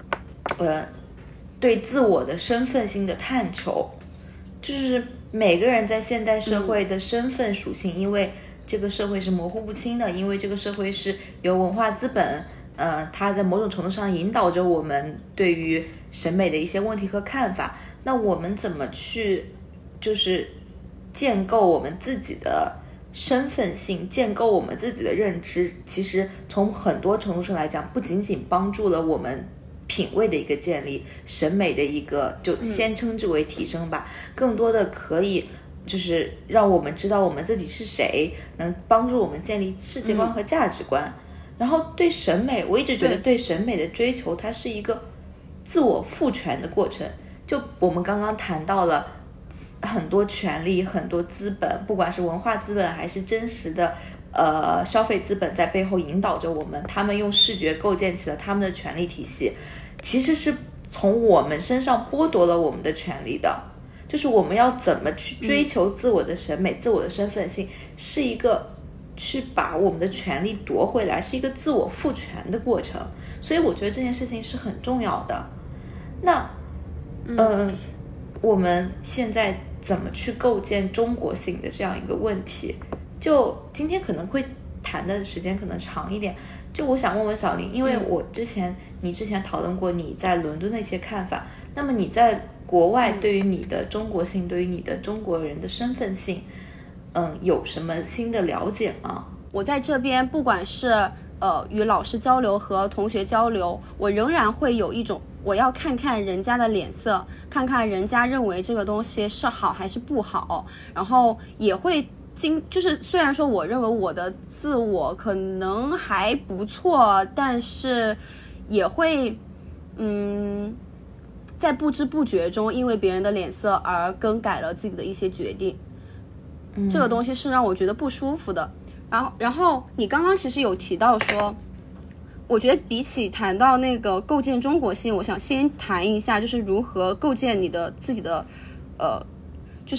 对自我的身份性的探求。就是每个人在现代社会的身份属性，因为这个社会是模糊不清的，因为这个社会是由文化资本它在某种程度上引导着我们对于审美的一些问题和看法。那我们怎么去就是建构我们自己的身份性，建构我们自己的认知，其实从很多程度上来讲，不仅仅帮助了我们品味的一个建立，审美的一个就先称之为提升吧，更多的可以就是让我们知道我们自己是谁，能帮助我们建立世界观和价值观。然后对审美，我一直觉得对审美的追求，它是一个自我赋权的过程。就我们刚刚谈到了很多权利，很多资本，不管是文化资本还是真实的消费资本，在背后引导着我们，他们用视觉构建起了他们的权利体系，其实是从我们身上剥夺了我们的权利的。就是我们要怎么去追求自我的审美，自我的身份性，是一个去把我们的权利夺回来，是一个自我赋权的过程。所以我觉得这件事情是很重要的。那我们现在怎么去构建中国性的这样一个问题，就今天可能会谈的时间可能长一点。就我想问问小林，因为你之前讨论过你在伦敦的一些看法，那么你在国外对于你的中国性，对于你的中国人的身份性有什么新的了解吗？ 我在这边不管是与老师交流和同学交流，我仍然会有一种我要看看人家的脸色，看看人家认为这个东西是好还是不好，然后也会就是虽然说我认为我的自我可能还不错，但是也会在不知不觉中因为别人的脸色而更改了自己的一些决定。这个东西是让我觉得不舒服的。然后你刚刚其实有提到说，我觉得比起谈到那个构建中国性，我想先谈一下就是如何构建你的自己的就是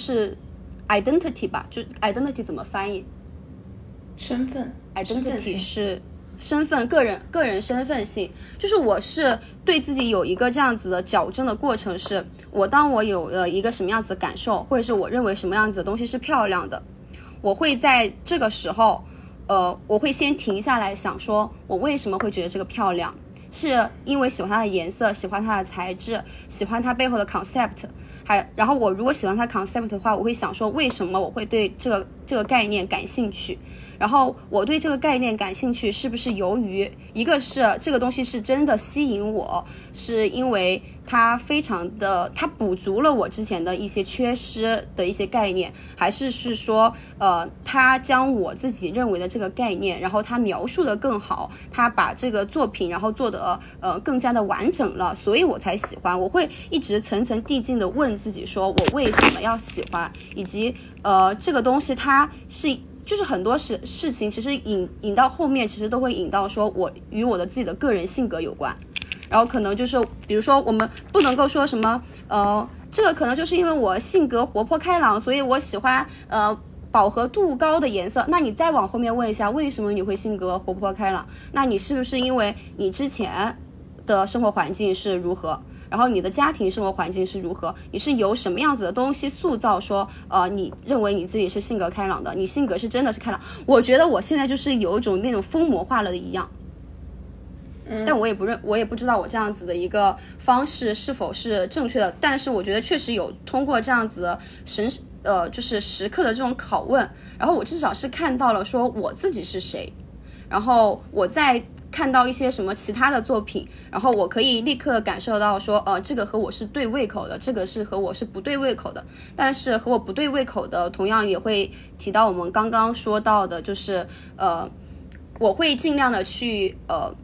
identity 吧。就 identity 怎么翻译？ 身份。 identity 是身份，个人身份性。就是我是对自己有一个这样子的矫正的过程，是当我有了一个什么样子的感受，或者是我认为什么样子的东西是漂亮的，我会在这个时候我会先停下来想说，我为什么会觉得这个漂亮，是因为喜欢它的颜色，喜欢它的材质，喜欢它背后的 concept， 然后我如果喜欢它 concept 的话，我会想说为什么我会对这个概念感兴趣，然后我对这个概念感兴趣是不是由于一个是这个东西是真的吸引我，是因为它它补足了我之前的一些缺失的一些概念，还是说它将我自己认为的这个概念，然后它描述的更好，它把这个作品然后做的更加的完整了，所以我才喜欢。我会一直层层递进的问自己说，我为什么要喜欢，以及这个东西它是就是很多事情其实引到后面其实都会引到说我与我的自己的个人性格有关。然后可能就是比如说我们不能够说什么这个可能就是因为我性格活泼开朗，所以我喜欢饱和度高的颜色。那你再往后面问一下，为什么你会性格活泼开朗？那你是不是因为你之前的生活环境是如何，然后你的家庭生活环境是如何，你是由什么样子的东西塑造说你认为你自己是性格开朗的，你性格是真的是开朗。我觉得我现在就是有一种那种疯魔化了的一样，但我也不知道我这样子的一个方式是否是正确的，但是我觉得确实有通过这样子的就是时刻的这种拷问，然后我至少是看到了说我自己是谁，然后我在看到一些什么其他的作品，然后我可以立刻感受到说这个和我是对胃口的，这个是和我是不对胃口的。但是和我不对胃口的同样也会提到我们刚刚说到的，就是我会尽量的去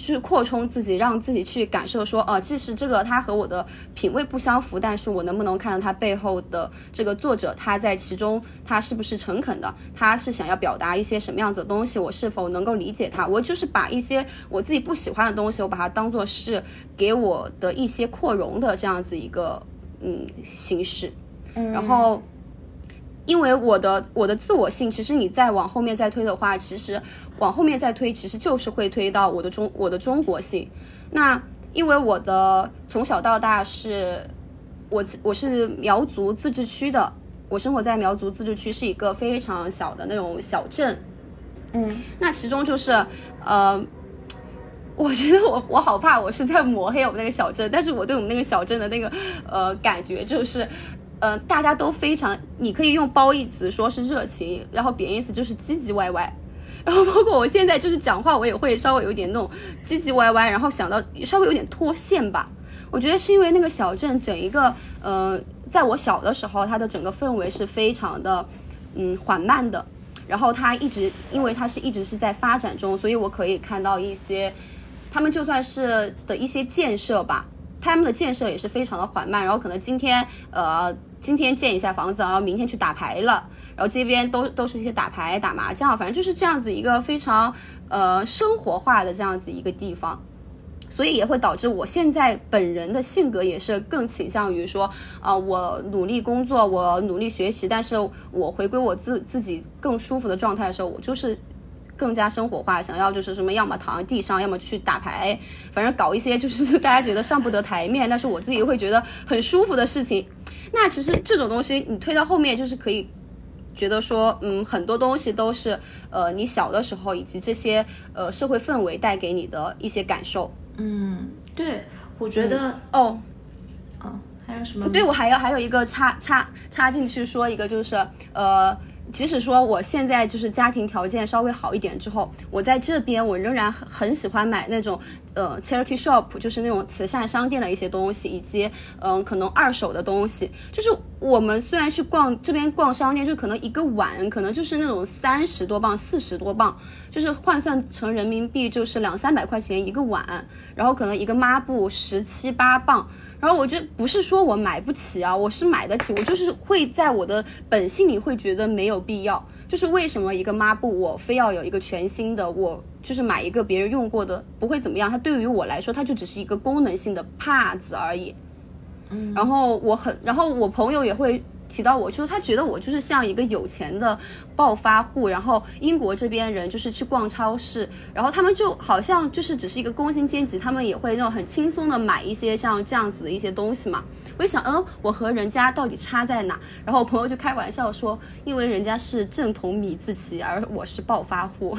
去扩充自己，让自己去感受说，即使这个它和我的品味不相符，但是我能不能看到它背后的这个作者，他在其中他是不是诚恳的，他是想要表达一些什么样子的东西，我是否能够理解他。我就是把一些我自己不喜欢的东西，我把它当作是给我的一些扩容的这样子一个形式。然后因为我的自我性，其实你再往后面再推的话，其实往后面再推，其实就是会推到我的中国性。那因为我的从小到大是我是苗族自治区的，我生活在苗族自治区，是一个非常小的那种小镇。那其中就是我觉得我好怕我是在抹黑我们那个小镇，但是我对我们那个小镇的那个感觉就是大家都非常，你可以用褒义词说是热情，然后贬义词就是唧唧歪歪。然后包括我现在就是讲话，我也会稍微有一点那种唧唧歪歪，然后想到稍微有点脱线吧。我觉得是因为那个小镇整一个在我小的时候，它的整个氛围是非常的缓慢的，然后它因为它是一直是在发展中，所以我可以看到一些他们就算是的一些建设吧，他们的建设也是非常的缓慢，然后可能今天建一下房子，然后明天去打牌了，然后这边都是一些打牌打麻将，反正就是这样子一个非常生活化的这样子一个地方。所以也会导致我现在本人的性格也是更倾向于说我努力工作，我努力学习，但是我回归我自己更舒服的状态的时候，我就是更加生活化，想要就是什么，要么躺在地上，要么去打牌，反正搞一些就是大家觉得上不得台面，但是我自己会觉得很舒服的事情。那其实这种东西你推到后面，就是可以觉得说很多东西都是你小的时候以及这些社会氛围带给你的一些感受。 对，我觉得还有什么？ 对，我还有一个插进去说一个，就是即使说我现在就是家庭条件稍微好一点之后，我在这边我仍然很喜欢买那种charity shop， 就是那种慈善商店的一些东西，以及可能二手的东西。就是我们虽然去这边逛商店，就可能一个碗可能就是那种30多磅40多磅，就是换算成人民币就是200-300块钱一个碗，然后可能一个抹布17-18磅。然后我觉得不是说我买不起啊，我是买得起，我就是会在我的本性里会觉得没有必要。就是为什么一个抹布我非要有一个全新的，我就是买一个别人用过的不会怎么样，它对于我来说它就只是一个功能性的帕子而已。然后我朋友也会提到我，就是他觉得我就是像一个有钱的暴发户，然后英国这边人就是去逛超市，然后他们就好像就是只是一个工薪阶级，他们也会那种很轻松的买一些像这样子的一些东西嘛。我就想我和人家到底差在哪？然后我朋友就开玩笑说，因为人家是正统米字旗，而我是暴发户。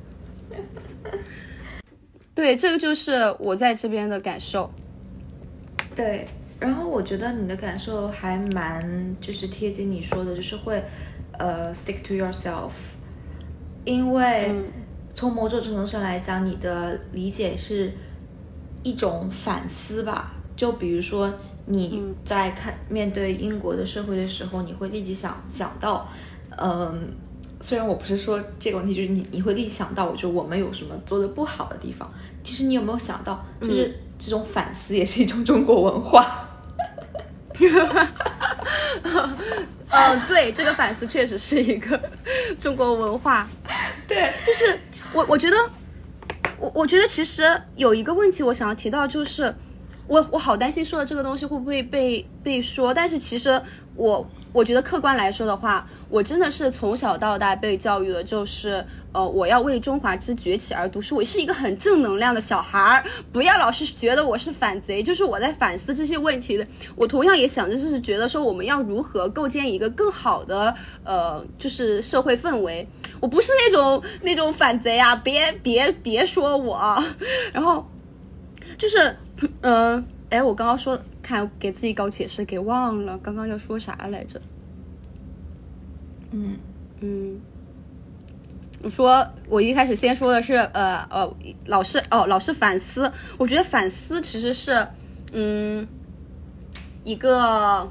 对，这个就是我在这边的感受。 对，然后我觉得你的感受还蛮就是贴近你说的，就是会stick to yourself， 因为从某种程度上来讲，你的理解是一种反思吧。就比如说你在面对英国的社会的时候，你会立即想到虽然我不是说这个问题，就是你会立即想到我觉得我们有什么做的不好的地方，其实你有没有想到就是这种反思也是一种中国文化。 对，这个反思确实是一个中国文化。 对， 就是我觉得其实有一个问题我想要提到，就是我好担心说的这个东西会不会被说，但是其实我觉得客观来说的话，我真的是从小到大被教育的就是我要为中华之崛起而读书，我是一个很正能量的小孩，不要老是觉得我是反贼。就是我在反思这些问题的，我同样也想着就是觉得说我们要如何构建一个更好的就是社会氛围。我不是那种反贼啊，别说我。然后就是我刚刚说看给自己搞解释给忘了，刚刚要说啥来着？我说我一开始先说的是老是反思。我觉得反思其实是一个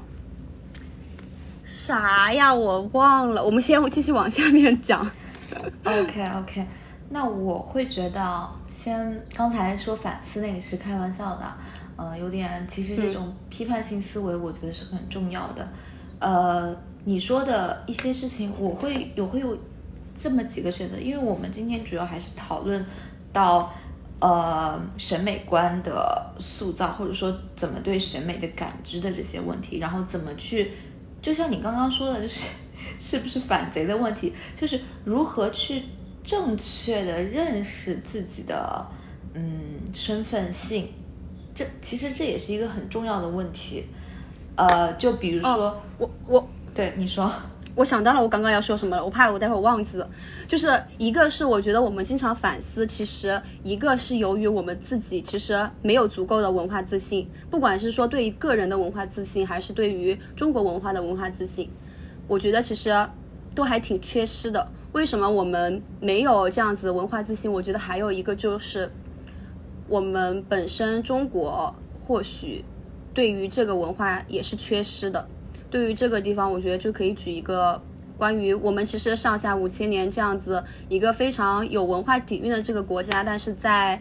啥呀，我忘了，我们继续往下面讲。 OK， 那我会觉得先刚才说反思那个是开玩笑的，有点其实这种批判性思维我觉得是很重要的。你说的一些事情我会有这么几个选择，因为我们今天主要还是讨论到审美观的塑造，或者说怎么对审美的感知的这些问题，然后怎么去，就像你刚刚说的，就是是不是反贼的问题，就是如何去正确的认识自己的身份性，其实这也是一个很重要的问题。就比如说，对你说。 我想到了我刚刚要说什么了，我怕我待会儿忘记了。就是一个是我觉得我们经常反思，其实一个是由于我们自己其实没有足够的文化自信，不管是说对于个人的文化自信，还是对于中国文化的文化自信，我觉得其实都还挺缺失的。为什么我们没有这样子的文化自信？我觉得还有一个就是我们本身中国或许对于这个文化也是缺失的。对于这个地方，我觉得就可以举一个关于我们其实上下5000年这样子一个非常有文化底蕴的这个国家，但是在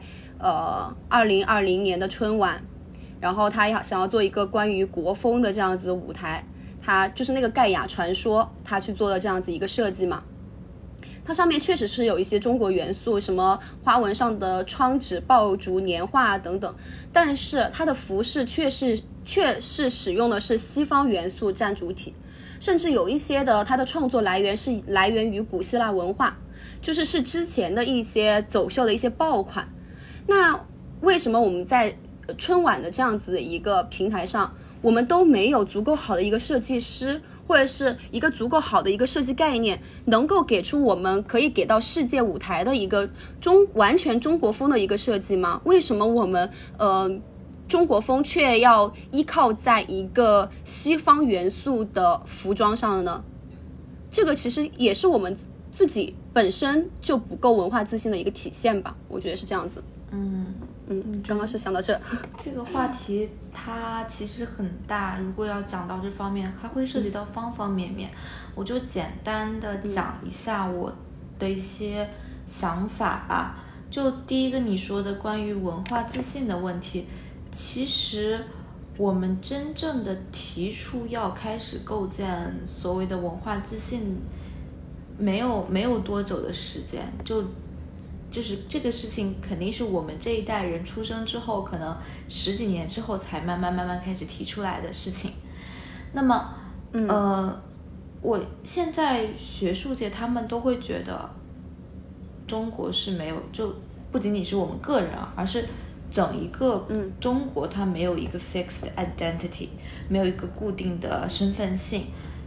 2020年的春晚，然后他想要做一个关于国风的这样子的舞台，他就是那个盖亚传说，他去做了这样子一个设计嘛。它上面确实是有一些中国元素，什么花纹上的窗纸、爆竹、年画等等，但是它的服饰却是使用的是西方元素占主体，甚至有一些的它的创作来源于古希腊文化，是之前的一些走秀的一些爆款。那为什么我们在春晚的这样子的一个平台上，我们都没有足够好的一个设计师，或者是一个足够好的一个设计概念，能够给出我们可以给到世界舞台的一个完全中国风的一个设计吗？为什么我们中国风却要依靠在一个西方元素的服装上呢？这个其实也是我们自己本身就不够文化自信的一个体现吧，我觉得是这样子。刚刚是想到这个话题它其实很大，如果要讲到这方面，还会涉及到方方面面。我就简单的讲一下我的一些想法吧。就第一个你说的关于文化自信的问题，其实我们真正的提出要开始构建所谓的文化自信，没有多久的时间，就是这个事情肯定是我们这一代人出生之后，可能10几年之后才慢慢开始提出来的事情。那么我现在学术界他们都会觉得中国是没有，就不仅仅是我们个人而是整一个中国它没有一个 fixed identity， 没有一个固定的身份性。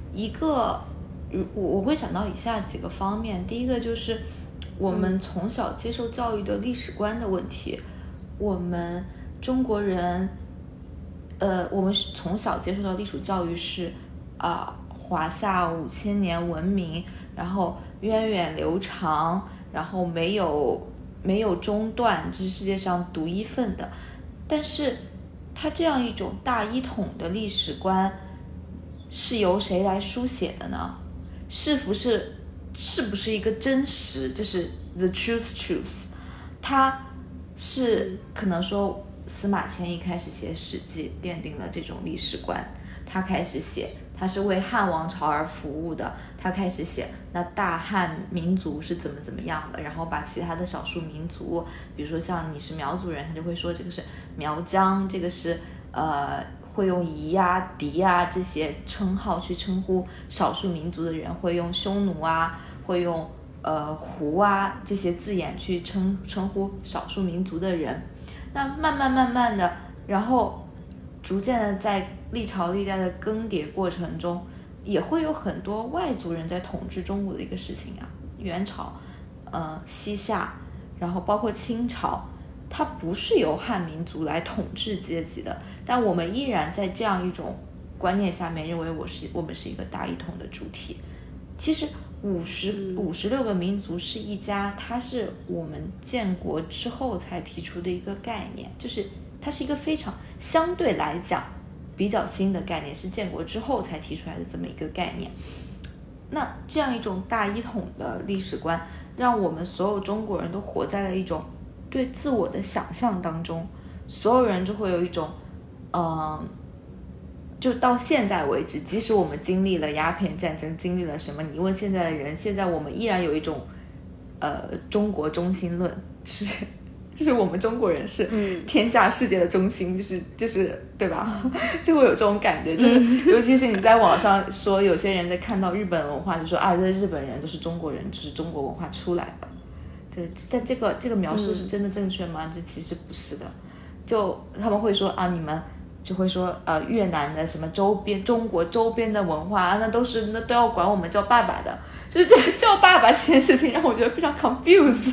我会想到以下几个方面。第一个就是我们从小接受教育的历史观的问题。我们中国人我们从小接受到历史教育是华夏5000年文明，然后源远流长，然后没有中断，这是世界上独一份的。但是它这样一种大一统的历史观是由谁来书写的呢？是不是一个真实，就是 the truth， 它是可能说司马迁一开始写史记奠定了这种历史观，他开始写他是为汉王朝而服务的，他开始写那大汉民族是怎么样的，然后把其他的少数民族，比如说像你是苗族人，他就会说这个是苗疆，这个是会用夷啊、狄啊这些称号去称呼少数民族的人，会用匈奴啊，会用胡啊这些字眼去称呼少数民族的人。那慢慢的，然后逐渐的在历朝历代的更迭过程中，也会有很多外族人在统治中国的一个事情啊。元朝西夏，然后包括清朝，它不是由汉民族来统治阶级的，但我们依然在这样一种观念下面认为我们是一个大一统的主体。其实56个民族是一家，它是我们建国之后才提出的一个概念，就是它是一个非常相对来讲比较新的概念，是建国之后才提出来的这么一个概念。那这样一种大一统的历史观，让我们所有中国人都活在了一种对自我的想象当中，所有人就会有一种就到现在为止，即使我们经历了鸦片战争，经历了什么，你问现在的人，现在我们依然有一种中国中心论，就是我们中国人是天下世界的中心，就是对吧？就会有这种感觉，就是尤其是你在网上说，有些人在看到日本文化就说啊，这日本人都是中国人，就是中国文化出来的。对，但这个描述是真的正确吗？这其实不是的。就他们会说啊，你们就会说越南的什么周边，中国周边的文化那都要管我们叫爸爸的，就是这个叫爸爸这件事情让我觉得非常 confused。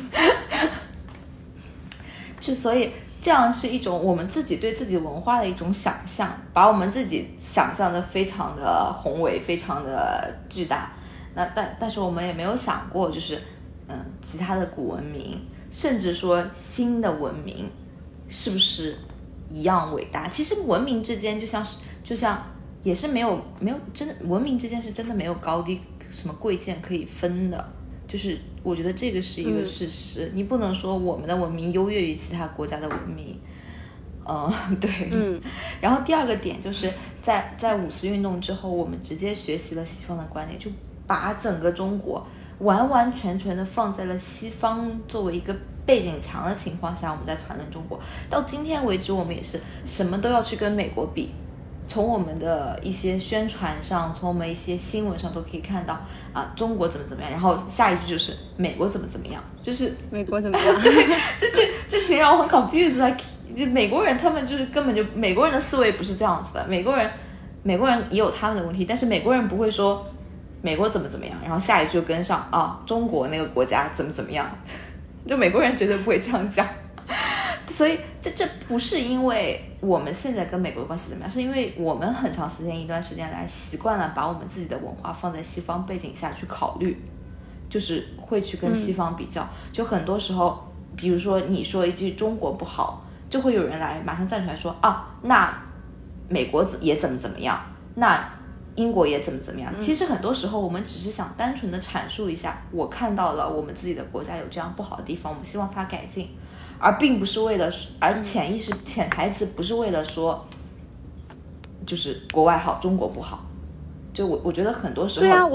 就所以这样是一种我们自己对自己文化的一种想象，把我们自己想象的非常的宏伟，非常的巨大。那但是我们也没有想过，就是其他的古文明，甚至说新的文明，是不是一样伟大？其实文明之间就像也是没有真的，文明之间是真的没有高低什么贵贱可以分的。就是我觉得这个是一个事实，你不能说我们的文明优越于其他国家的文明。对。然后第二个点就是在50运动之后，我们直接学习了西方的观点，就把整个中国完完全全的放在了西方作为一个背景墙的情况下，我们在谈论中国。到今天为止，我们也是什么都要去跟美国比。从我们的一些宣传上，从我们一些新闻上都可以看到啊，中国怎么样，然后下一句就是美国怎么样，就是美国怎么样？ 对，这实际让我很 confused。就美国人他们就是根本就美国人的思维不是这样子的，美国人也有他们的问题，但是美国人不会说美国怎么样，然后下一句就跟上啊，中国那个国家怎么样，就美国人绝对不会这样讲。所以这不是因为我们现在跟美国的关系怎么样，是因为我们很长一段时间来习惯了把我们自己的文化放在西方背景下去考虑，就是会去跟西方比较。就很多时候，比如说你说一句中国不好，就会有人来马上站出来说啊，那美国也怎么样，那英国也怎么样。其实很多时候我们只是想单纯的阐述一下，我看到了我们自己的国家有这样不好的地方，我们希望它改进，而并不是为了，而潜台词不是为了说就是国外好中国不好。就我觉得很多时候， 对啊，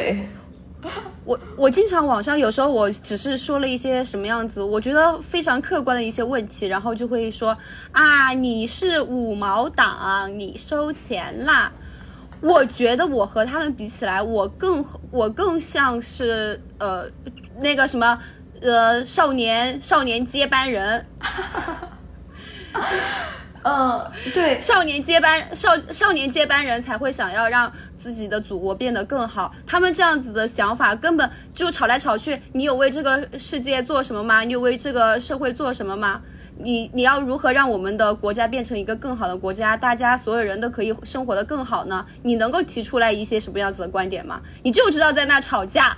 我经常网上有时候我只是说了一些什么样子，我觉得非常客观的一些问题，然后就会说啊，你是五毛党，你收钱啦。我觉得我和他们比起来，我更像是那个什么少年接班人。 对， 少年接班人才会想要让自己的祖国变得更好。他们这样子的想法根本就吵来吵去，你有为这个世界做什么吗？你有为这个社会做什么吗？你要如何让我们的国家变成一个更好的国家，大家所有人都可以生活得更好呢？你能够提出来一些什么样子的观点吗？你就知道在那吵架。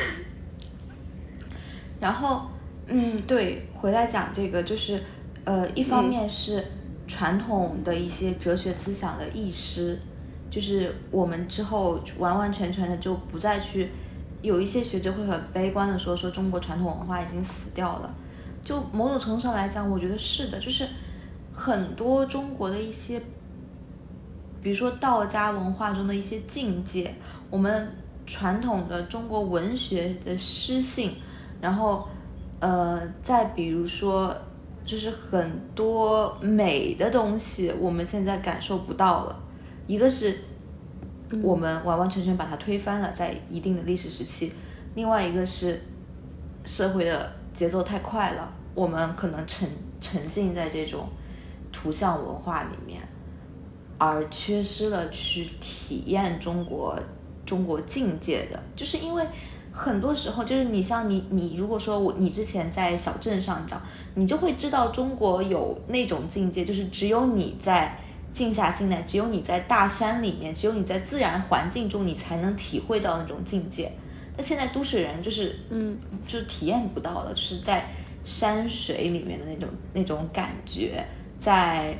然后对，回来讲这个就是一方面是传统的一些哲学思想的遗失，就是我们之后完完全全的就不再去，有一些学者会很悲观的说中国传统文化已经死掉了。就某种程度上来讲，我觉得是的，就是很多中国的一些，比如说道家文化中的一些境界，我们传统的中国文学的诗性，然后再比如说就是很多美的东西我们现在感受不到了。一个是我们完完全全把它推翻了在一定的历史时期，另外一个是社会的节奏太快了，我们可能沉浸在这种图像文化里面，而缺失了去体验中国境界的。就是因为很多时候就是你像你如果说你之前在小镇上长，你就会知道中国有那种境界，就是只有你在静下心来，只有你在大山里面，只有你在自然环境中，你才能体会到那种境界。但现在都市人就是就体验不到了，就是在山水里面的那种感觉，在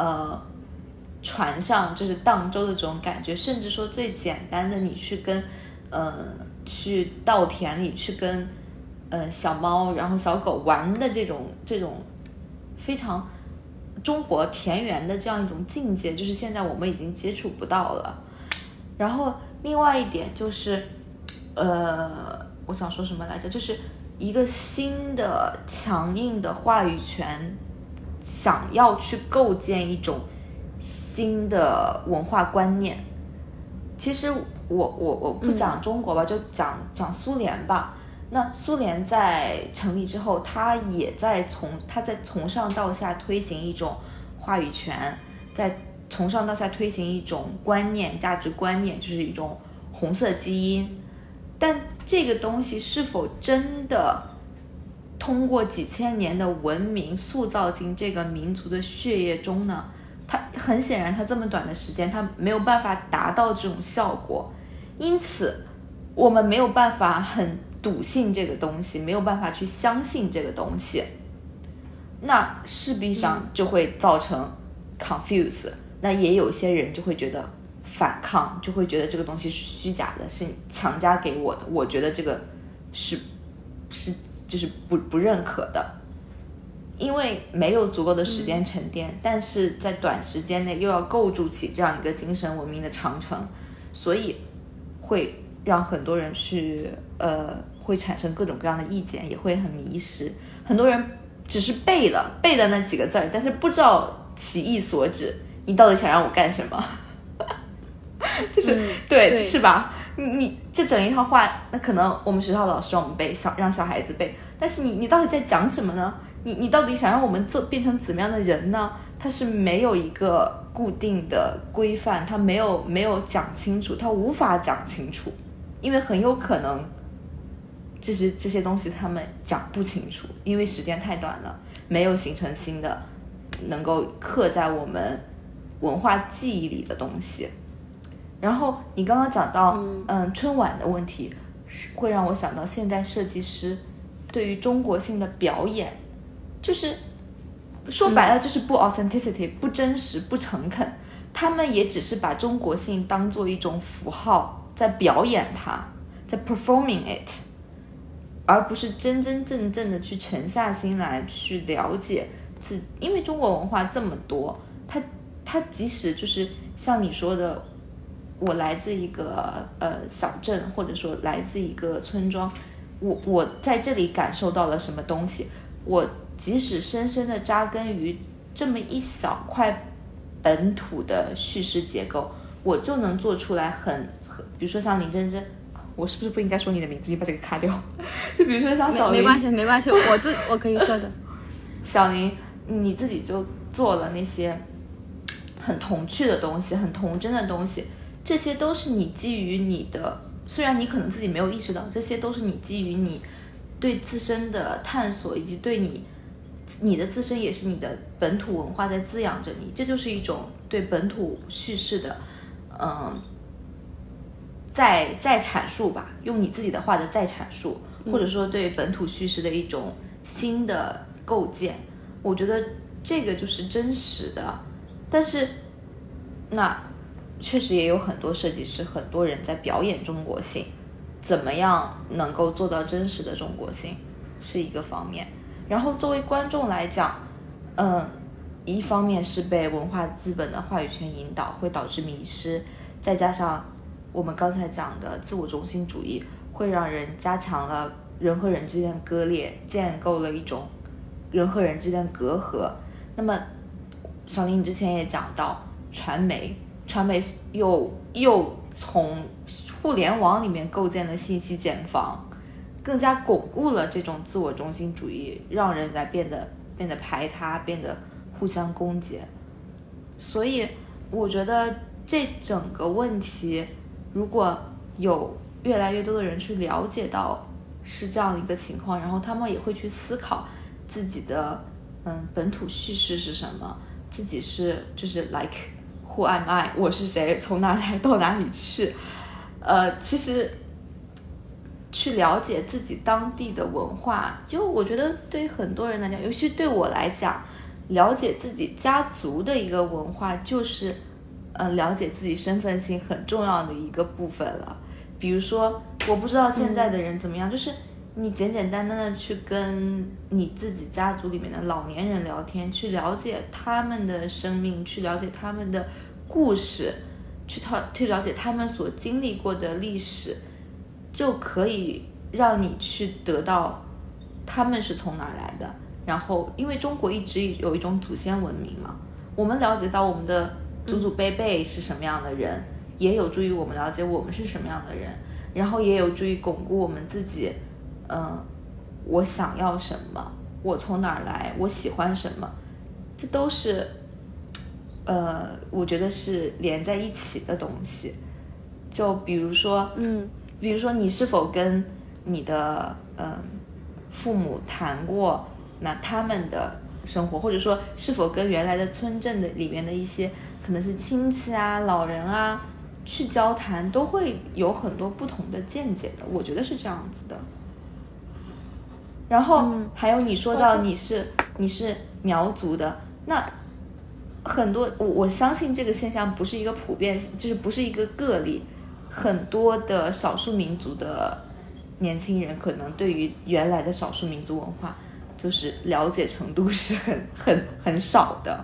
船上就是荡舟的这种感觉，甚至说最简单的你去跟去稻田里去跟小猫然后小狗玩的这种非常中国田园的这样一种境界，就是现在我们已经接触不到了。然后另外一点就是我想说什么来着，就是一个新的强硬的话语权想要去构建一种新的文化观念。其实我不讲中国吧，就讲苏联吧。那苏联在成立之后，它在从上到下推行一种话语权，在从上到下推行一种观念、价值观念，就是一种红色基因。但这个东西是否真的通过几千年的文明塑造进这个民族的血液中呢？它很显然，它这么短的时间，它没有办法达到这种效果。因此，我们没有办法很笃信这个东西，没有办法去相信这个东西，那势必上就会造成 confuse。那也有些人就会觉得反抗，就会觉得这个东西是虚假的，是强加给我的，我觉得这个是就是不认可的，因为没有足够的时间沉淀，但是在短时间内又要构筑起这样一个精神文明的长城，所以会让很多人去会产生各种各样的意见，也会很迷失。很多人只是背了那几个字儿，但是不知道其意所指，你到底想让我干什么？就是对，是吧？你这整一套话，那可能我们学校老师让我们背，让小孩子背，但是你到底在讲什么呢？你到底想让我们变成怎么样的人呢？它是没有一个固定的规范，它没有讲清楚，它无法讲清楚，因为很有可能这些东西他们讲不清楚，因为时间太短了，没有形成新的能够刻在我们文化记忆里的东西。然后你刚刚讲到春晚的问题，会让我想到现代设计师对于中国性的表演，就是说白了就是不 authenticity， 不真实，不诚恳。他们也只是把中国性当做一种符号在表演它，在 performing it， 而不是真真正正的去沉下心来去了解自己。因为中国文化这么多，它即使就是像你说的，我来自一个小镇，或者说来自一个村庄，我在这里感受到了什么东西，我即使深深的扎根于这么一小块本土的叙事结构，我就能做出来很比如说像林真真，我是不是不应该说你的名字？你把这个卡掉。就比如说像小林， 没关系，我可以说的。 小林，你自己就做了那些很童趣的东西，很童真的东西，这些都是你基于你的，虽然你可能自己没有意识到，这些都是你基于你对自身的探索，以及对你的自身也是你的本土文化在滋养着你，这就是一种对本土叙事的再阐述吧，用你自己的话的再阐述，或者说对本土叙事的一种新的构建。我觉得这个就是真实的。但是那确实也有很多设计师，很多人在表演中国性，怎么样能够做到真实的中国性是一个方面。然后作为观众来讲，一方面是被文化资本的话语权引导，会导致迷失，再加上我们刚才讲的自我中心主义，会让人加强了人和人之间的割裂，建构了一种人和人之间的隔阂。那么小林之前也讲到传媒又从互联网里面构建了信息茧房，更加巩固了这种自我中心主义，让人来变得排他，变得互相攻讦。所以我觉得这整个问题，如果有越来越多的人去了解到是这样的一个情况，然后他们也会去思考自己的本土叙事是什么，自己是就是 like who am I， 我是谁，从哪来到哪里去。其实去了解自己当地的文化，就我觉得对于很多人来讲，尤其对我来讲，了解自己家族的一个文化，就是了解自己身份性很重要的一个部分了。比如说我不知道现在的人怎么样，就是你简简单单的去跟你自己家族里面的老年人聊天，去了解他们的生命，去了解他们的故事，去了解他们所经历过的历史，就可以让你去得到他们是从哪儿来的。然后因为中国一直有一种祖先文明嘛，我们了解到我们的祖祖辈辈是什么样的人，也有助于我们了解我们是什么样的人，然后也有助于巩固我们自己，我想要什么，我从哪儿来，我喜欢什么，这都是我觉得是连在一起的东西。就比如说你是否跟你的父母谈过那他们的生活，或者说是否跟原来的村镇的里面的一些可能是亲戚啊、老人啊去交谈，都会有很多不同的见解的，我觉得是这样子的。然后还有你说到你是苗族的，那很多我相信这个现象不是一个普遍，就是不是一个个例，很多的少数民族的年轻人可能对于原来的少数民族文化就是了解程度是很少的。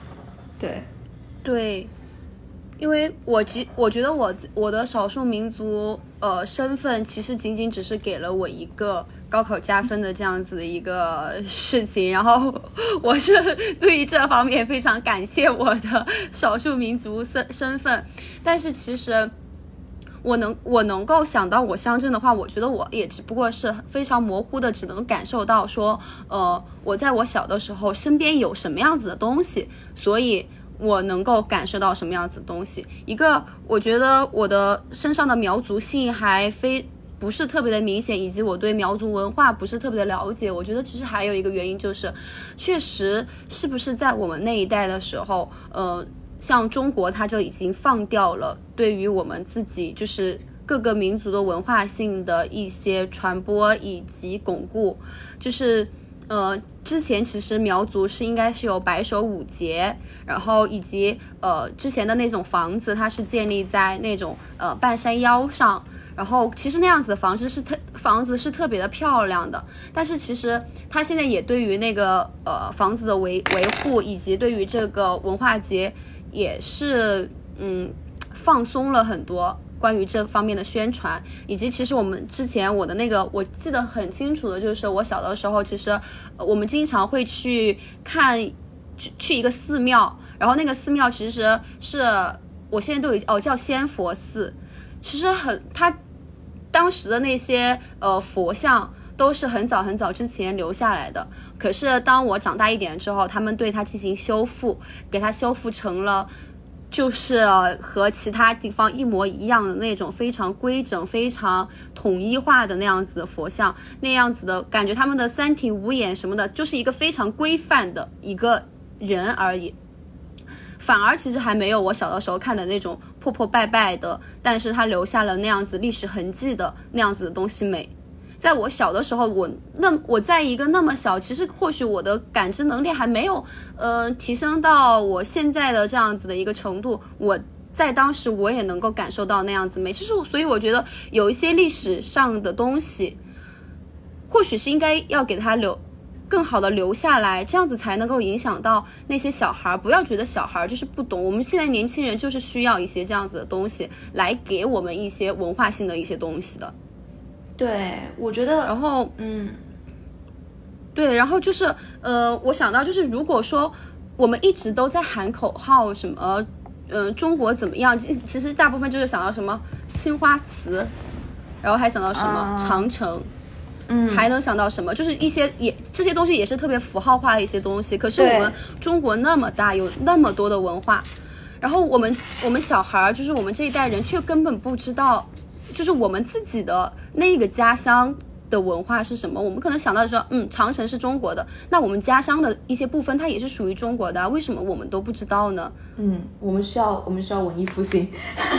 对，因为我觉得我的少数民族身份其实仅仅只是给了我一个高考加分的这样子的一个事情，然后我是对于这方面非常感谢我的少数民族身份。但是其实我能够想到我乡镇的话，我觉得我也只不过是非常模糊的，只能感受到说我在我小的时候身边有什么样子的东西，所以我能够感受到什么样子的东西。一个我觉得我的身上的苗族性还不是特别的明显，以及我对苗族文化不是特别的了解。我觉得其实还有一个原因就是，确实是不是在我们那一代的时候像中国它就已经放掉了对于我们自己就是各个民族的文化性的一些传播以及巩固。就是之前其实苗族应该是有白手五节，然后以及之前的那种房子它是建立在那种半山腰上，然后其实那样子的房子是特别的漂亮的。但是其实它现在也对于那个房子的维护以及对于这个文化节也是放松了很多关于这方面的宣传。以及其实我们之前我的那个我记得很清楚的就是我小的时候，其实我们经常会去一个寺庙，然后那个寺庙其实是我现在都有叫仙佛寺。其实它当时的那些佛像都是很早很早之前留下来的，可是当我长大一点之后，他们对它进行修复，给它修复成了就是和其他地方一模一样的那种非常规整非常统一化的那样子的佛像，那样子的感觉，他们的三庭五眼什么的就是一个非常规范的一个人而已。反而其实还没有我小的时候看的那种破破败败的，但是它留下了那样子历史痕迹的那样子的东西美。在我小的时候，我在一个那么小，其实或许我的感知能力还没有提升到我现在的这样子的一个程度，我在当时我也能够感受到那样子美。就是所以我觉得有一些历史上的东西或许是应该要给它更好的留下来，这样子才能够影响到那些小孩。不要觉得小孩就是不懂，我们现在年轻人就是需要一些这样子的东西来给我们一些文化性的一些东西的。 对，我觉得然后对，然后就是我想到就是如果说我们一直都在喊口号什么中国怎么样，其实大部分就是想到什么青花瓷，然后还想到什么长城，还能想到什么，就是一些这些东西也是特别符号化的一些东西。可是我们中国那么大，有那么多的文化，然后我们小孩就是我们这一代人却根本不知道就是我们自己的那个家乡的文化是什么。我们可能想到说长城是中国的，那我们家乡的一些部分它也是属于中国的为什么我们都不知道呢？ 我们需要文艺复兴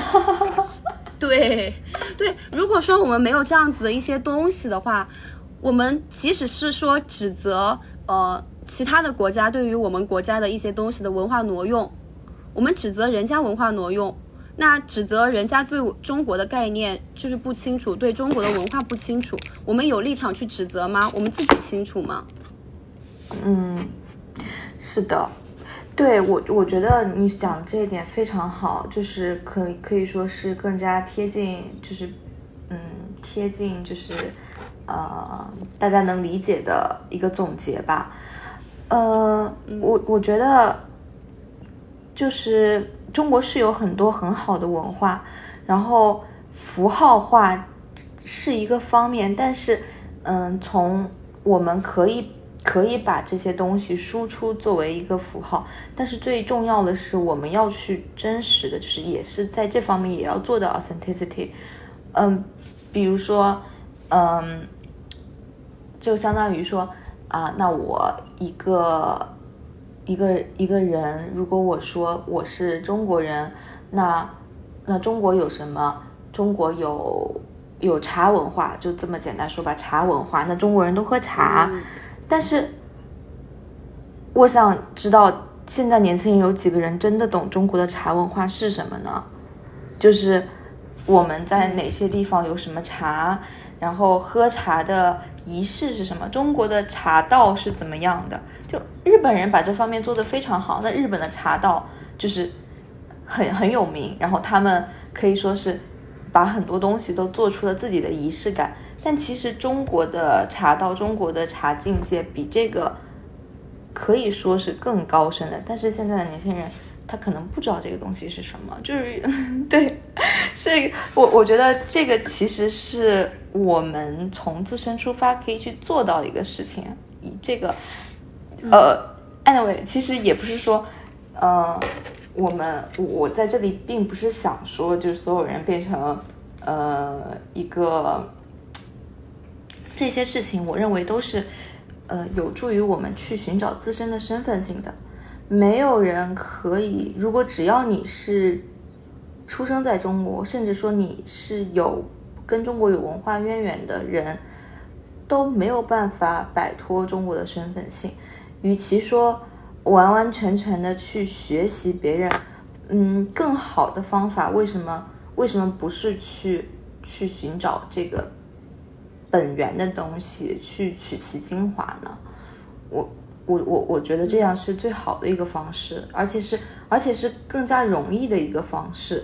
对，如果说我们没有这样子的一些东西的话，我们即使是说指责其他的国家对于我们国家的一些东西的文化挪用，我们指责人家文化挪用， 那指责人家对中国的概念就是不清楚，对中国的文化不清楚，我们有立场去指责吗？我们自己清楚吗？ 是的，对，我觉得你讲这一点非常好，就是可以说是更加贴近，就是大家能理解的一个总结吧。我觉得就是中国是有很多很好的文化，然后符号化是一个方面，但是从我们可以把这些东西输出作为一个符号，但是最重要的是我们要去真实的，就是也是在这方面也要做到 authenticity。比如说就相当于说那我一个人，如果我说我是中国人，那中国有什么？中国有茶文化，就这么简单说吧，茶文化，那中国人都喝茶。但是我想知道现在年轻人有几个人真的懂中国的茶文化是什么呢？就是我们在哪些地方有什么茶，然后喝茶的仪式是什么，中国的茶道是怎么样的。就日本人把这方面做得非常好，那日本的茶道就是很有名，然后他们可以说是把很多东西都做出了自己的仪式感。但其实中国的茶道，中国的茶境界比这个可以说是更高深的，但是现在的年轻人他可能不知道这个东西是什么，就是对，是我觉得这个其实是我们从自身出发可以去做到的一个事情。以这个anyway， 其实也不是说我在这里并不是想说就是所有人变成一个这些事情，我认为都是有助于我们去寻找自身的身份性的。没有人可以，如果只要你是出生在中国，甚至说你是跟中国有文化渊源的人，都没有办法摆脱中国的身份性。与其说完完全全的去学习别人，更好的方法为什么不是去寻找这个本源的东西，去取其精华呢？我觉得这样是最好的一个方式，而且是更加容易的一个方式。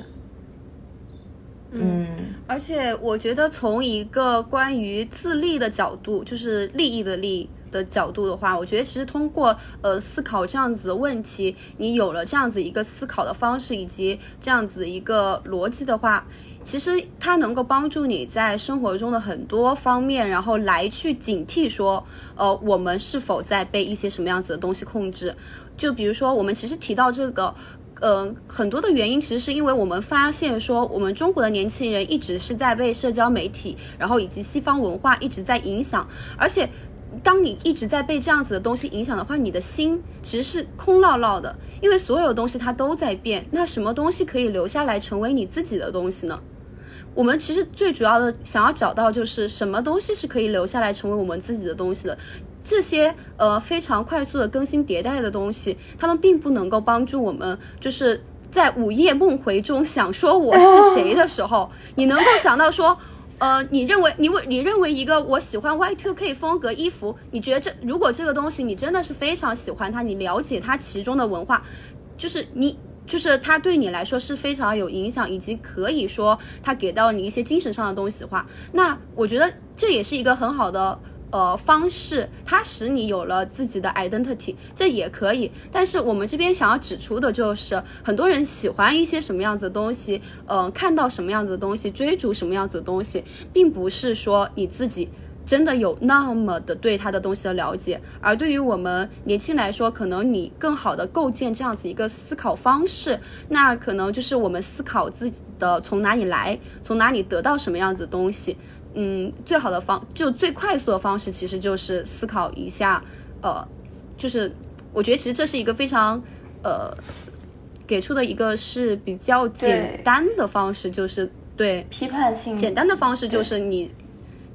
而且我觉得从一个关于自利的角度，就是利益的利的角度的话，我觉得其实通过思考这样子的问题，你有了这样子一个思考的方式以及这样子一个逻辑的话，其实它能够帮助你在生活中的很多方面，然后来去警惕说我们是否在被一些什么样子的东西控制。就比如说我们其实提到这个很多的原因，其实是因为我们发现说我们中国的年轻人一直是在被社交媒体然后以及西方文化一直在影响，而且当你一直在被这样子的东西影响的话，你的心其实是空落落的，因为所有东西它都在变，那什么东西可以留下来成为你自己的东西呢？我们其实最主要的想要找到就是什么东西是可以留下来成为我们自己的东西的。这些非常快速的更新迭代的东西，他们并不能够帮助我们就是在午夜梦回中想说我是谁的时候你能够想到说你认为一个我喜欢 Y2K 风格衣服，你觉得如果这个东西你真的是非常喜欢它，你了解它其中的文化，就是它对你来说是非常有影响，以及可以说它给到你一些精神上的东西的话，那我觉得这也是一个很好的方式，它使你有了自己的 identity， 这也可以。但是我们这边想要指出的就是很多人喜欢一些什么样子的东西，看到什么样子的东西，追逐什么样子的东西，并不是说你自己真的有那么的对他的东西的了解。而对于我们年轻来说，可能你更好的构建这样子一个思考方式，那可能就是我们思考自己的从哪里来，从哪里得到什么样子的东西。最好的最快速的方式其实就是思考一下，就是我觉得其实这是一个非常给出的一个是比较简单的方式，就是对批判性简单的方式就是你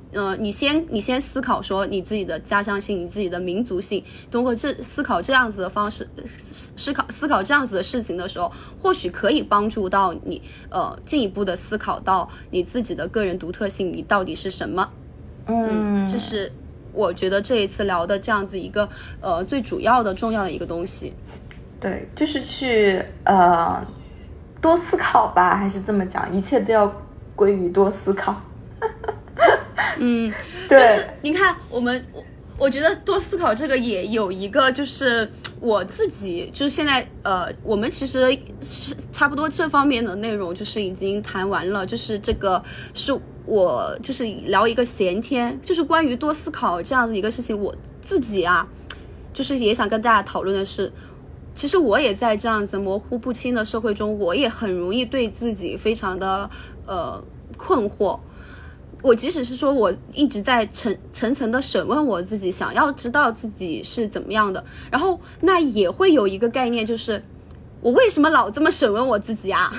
你先思考说你自己的家乡性，你自己的民族性，通过思考这样子的方式，思考这样子的事情的时候，或许可以帮助到你进一步的思考到你自己的个人独特性，你到底是什么。这是我觉得这一次聊的这样子一个最主要的重要的一个东西。 对，就是去多思考吧，还是这么讲，一切都要归于多思考。 对。但是你看，我觉得多思考这个也有一个，就是我自己就是现在我们其实是差不多这方面的内容就是已经谈完了，就是这个是我就是聊一个闲天，就是关于多思考这样子一个事情，我自己啊，就是也想跟大家讨论的是，其实我也在这样子模糊不清的社会中，我也很容易对自己非常的困惑。我即使是说我一直在层层的审问我自己，想要知道自己是怎么样的，然后那也会有一个概念，就是我为什么老这么审问我自己啊？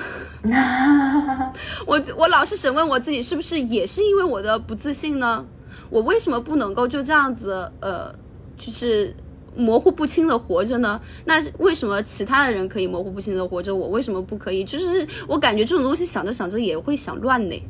我老是审问我自己，是不是也是因为我的不自信呢？我为什么不能够就这样子就是模糊不清的活着呢？那为什么其他的人可以模糊不清的活着，我为什么不可以？就是我感觉这种东西想着想着也会想乱呢。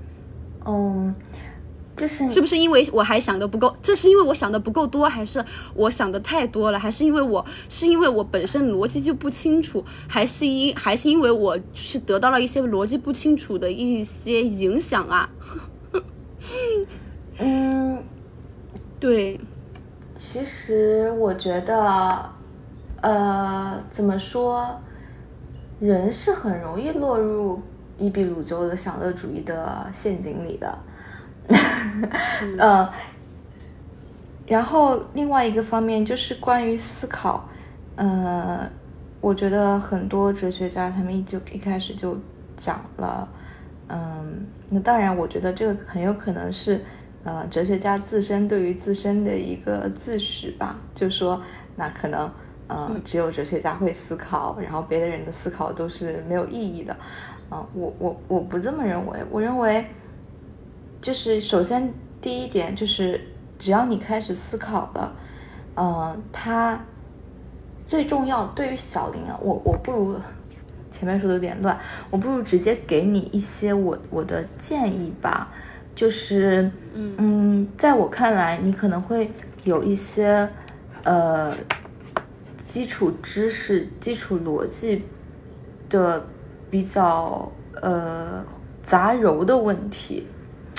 是不是因为我还想的不够？这是因为我想的不够多，还是我想的太多了？还是因为我本身逻辑就不清楚？还是因为我是得到了一些逻辑不清楚的一些影响啊？对。 其实我觉得怎么说，人是很容易落入伊比鲁州的享乐主义的陷阱里的。然后另外一个方面就是关于思考，我觉得很多哲学家他们一开始就讲了，那当然我觉得这个很有可能是哲学家自身对于自身的一个自诩吧，就说那可能只有哲学家会思考，然后别的人的思考都是没有意义的。我不这么认为，我认为就是首先第一点就是只要你开始思考了，它最重要对于小林啊，我不如前面说的有点乱，我不如直接给你一些我的建议吧，就是在我看来你可能会有一些基础知识基础逻辑的比较杂糅的问题。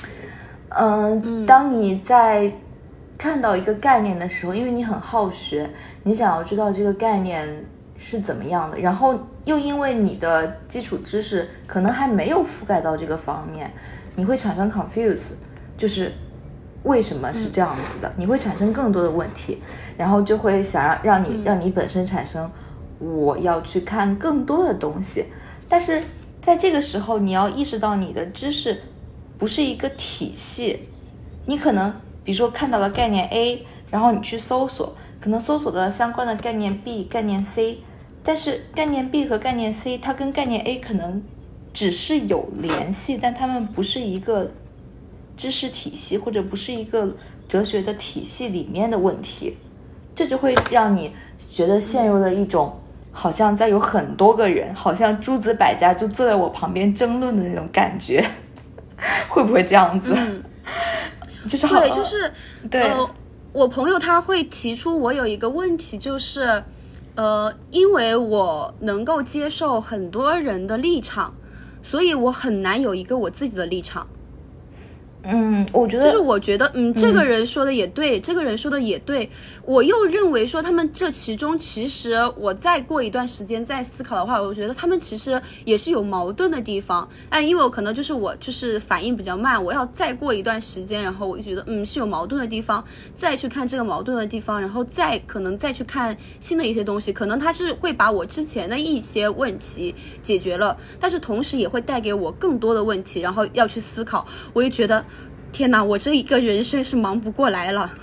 当你在看到一个概念的时候，因为你很好学，你想要知道这个概念是怎么样的，然后又因为你的基础知识可能还没有覆盖到这个方面，你会产生 confuse， 就是为什么是这样子的，你会产生更多的问题，然后就会想让你本身产生我要去看更多的东西。但是在这个时候你要意识到你的知识不是一个体系，你可能比如说看到了概念 A， 然后你去搜索，可能搜索的相关的概念 B 概念 C， 但是概念 B 和概念 C 它跟概念 A 可能只是有联系，但它们不是一个知识体系，或者不是一个哲学的体系里面的问题，这就会让你觉得陷入了一种好像在有很多个人，好像诸子百家就坐在我旁边争论的那种感觉。会不会这样子？就是对，就是对， 我朋友他会提出我有一个问题，就是因为我能够接受很多人的立场，所以我很难有一个我自己的立场。 我觉得就是我觉得这个人说的也对，这个人说的也对，我又认为说他们这其中其实我再过一段时间再思考的话，我觉得他们其实也是有矛盾的地方。但因为我可能就是反应比较慢，我要再过一段时间，然后我就觉得是有矛盾的地方，再去看这个矛盾的地方，然后可能再去看新的一些东西，可能他是会把我之前的一些问题解决了，但是同时也会带给我更多的问题，然后要去思考。我就觉得天哪，我这一个人生是忙不过来了。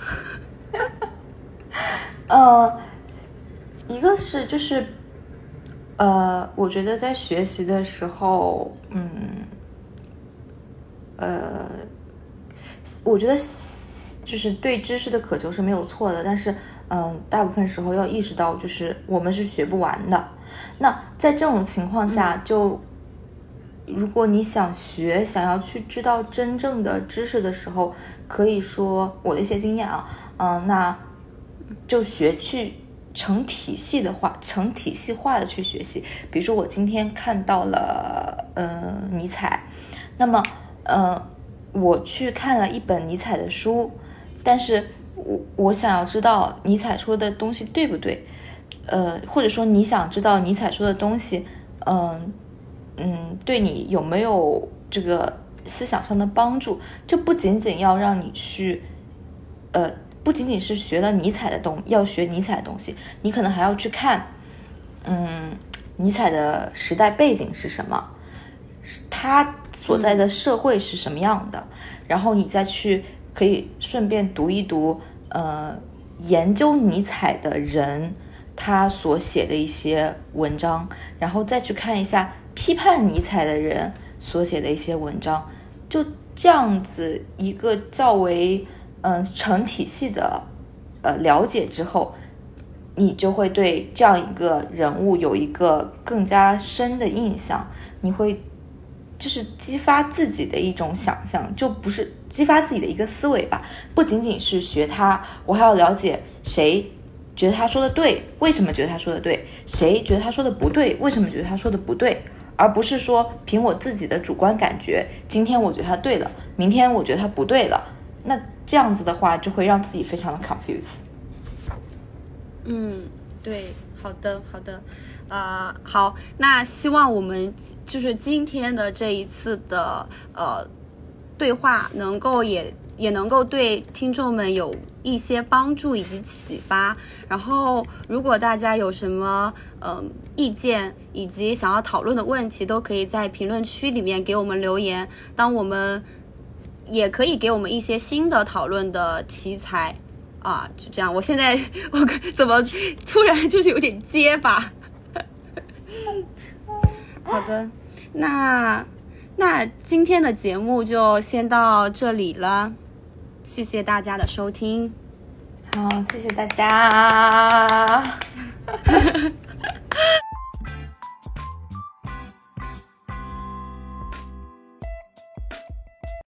一个是就是我觉得在学习的时候我觉得就是对知识的渴求是没有错的，但是大部分时候要意识到，就是我们是学不完的。那在这种情况下，就如果你想要去知道真正的知识的时候，可以说我的一些经验啊，那就去成体系化的去学习。比如说我今天看到了尼采，那么我去看了一本尼采的书，但是我想要知道尼采说的东西对不对，或者说你想知道尼采说的东西对你有没有这个思想上的帮助，这不仅仅要让你去不仅仅是学了要学尼采的东西，你可能还要去看尼采的时代背景是什么，他所在的社会是什么样的，然后你再去可以顺便读一读研究尼采的人他所写的一些文章，然后再去看一下批判尼采的人所写的一些文章，就这样子一个较为成体系的了解之后，你就会对这样一个人物有一个更加深的印象，你会就是激发自己的一种想象，就不是激发自己的一个思维吧，不仅仅是学他，我还要了解谁觉得他说的对，为什么觉得他说的对，谁觉得他说的不对，为什么觉得他说的不对，而不是说凭我自己的主观感觉，今天我觉得他对了，明天我觉得他不对了，那这样子的话就会让自己非常的 confuse。 对，好的，好，那希望我们就是今天的这一次的对话能够也能够对听众们有一些帮助以及启发。然后如果大家有什么意见以及想要讨论的问题，都可以在评论区里面给我们留言，我们也可以给我们一些新的讨论的题材啊，就这样。我现在怎么突然就是有点结巴好的，那今天的节目就先到这里了，谢谢大家的收听。 好，谢谢大家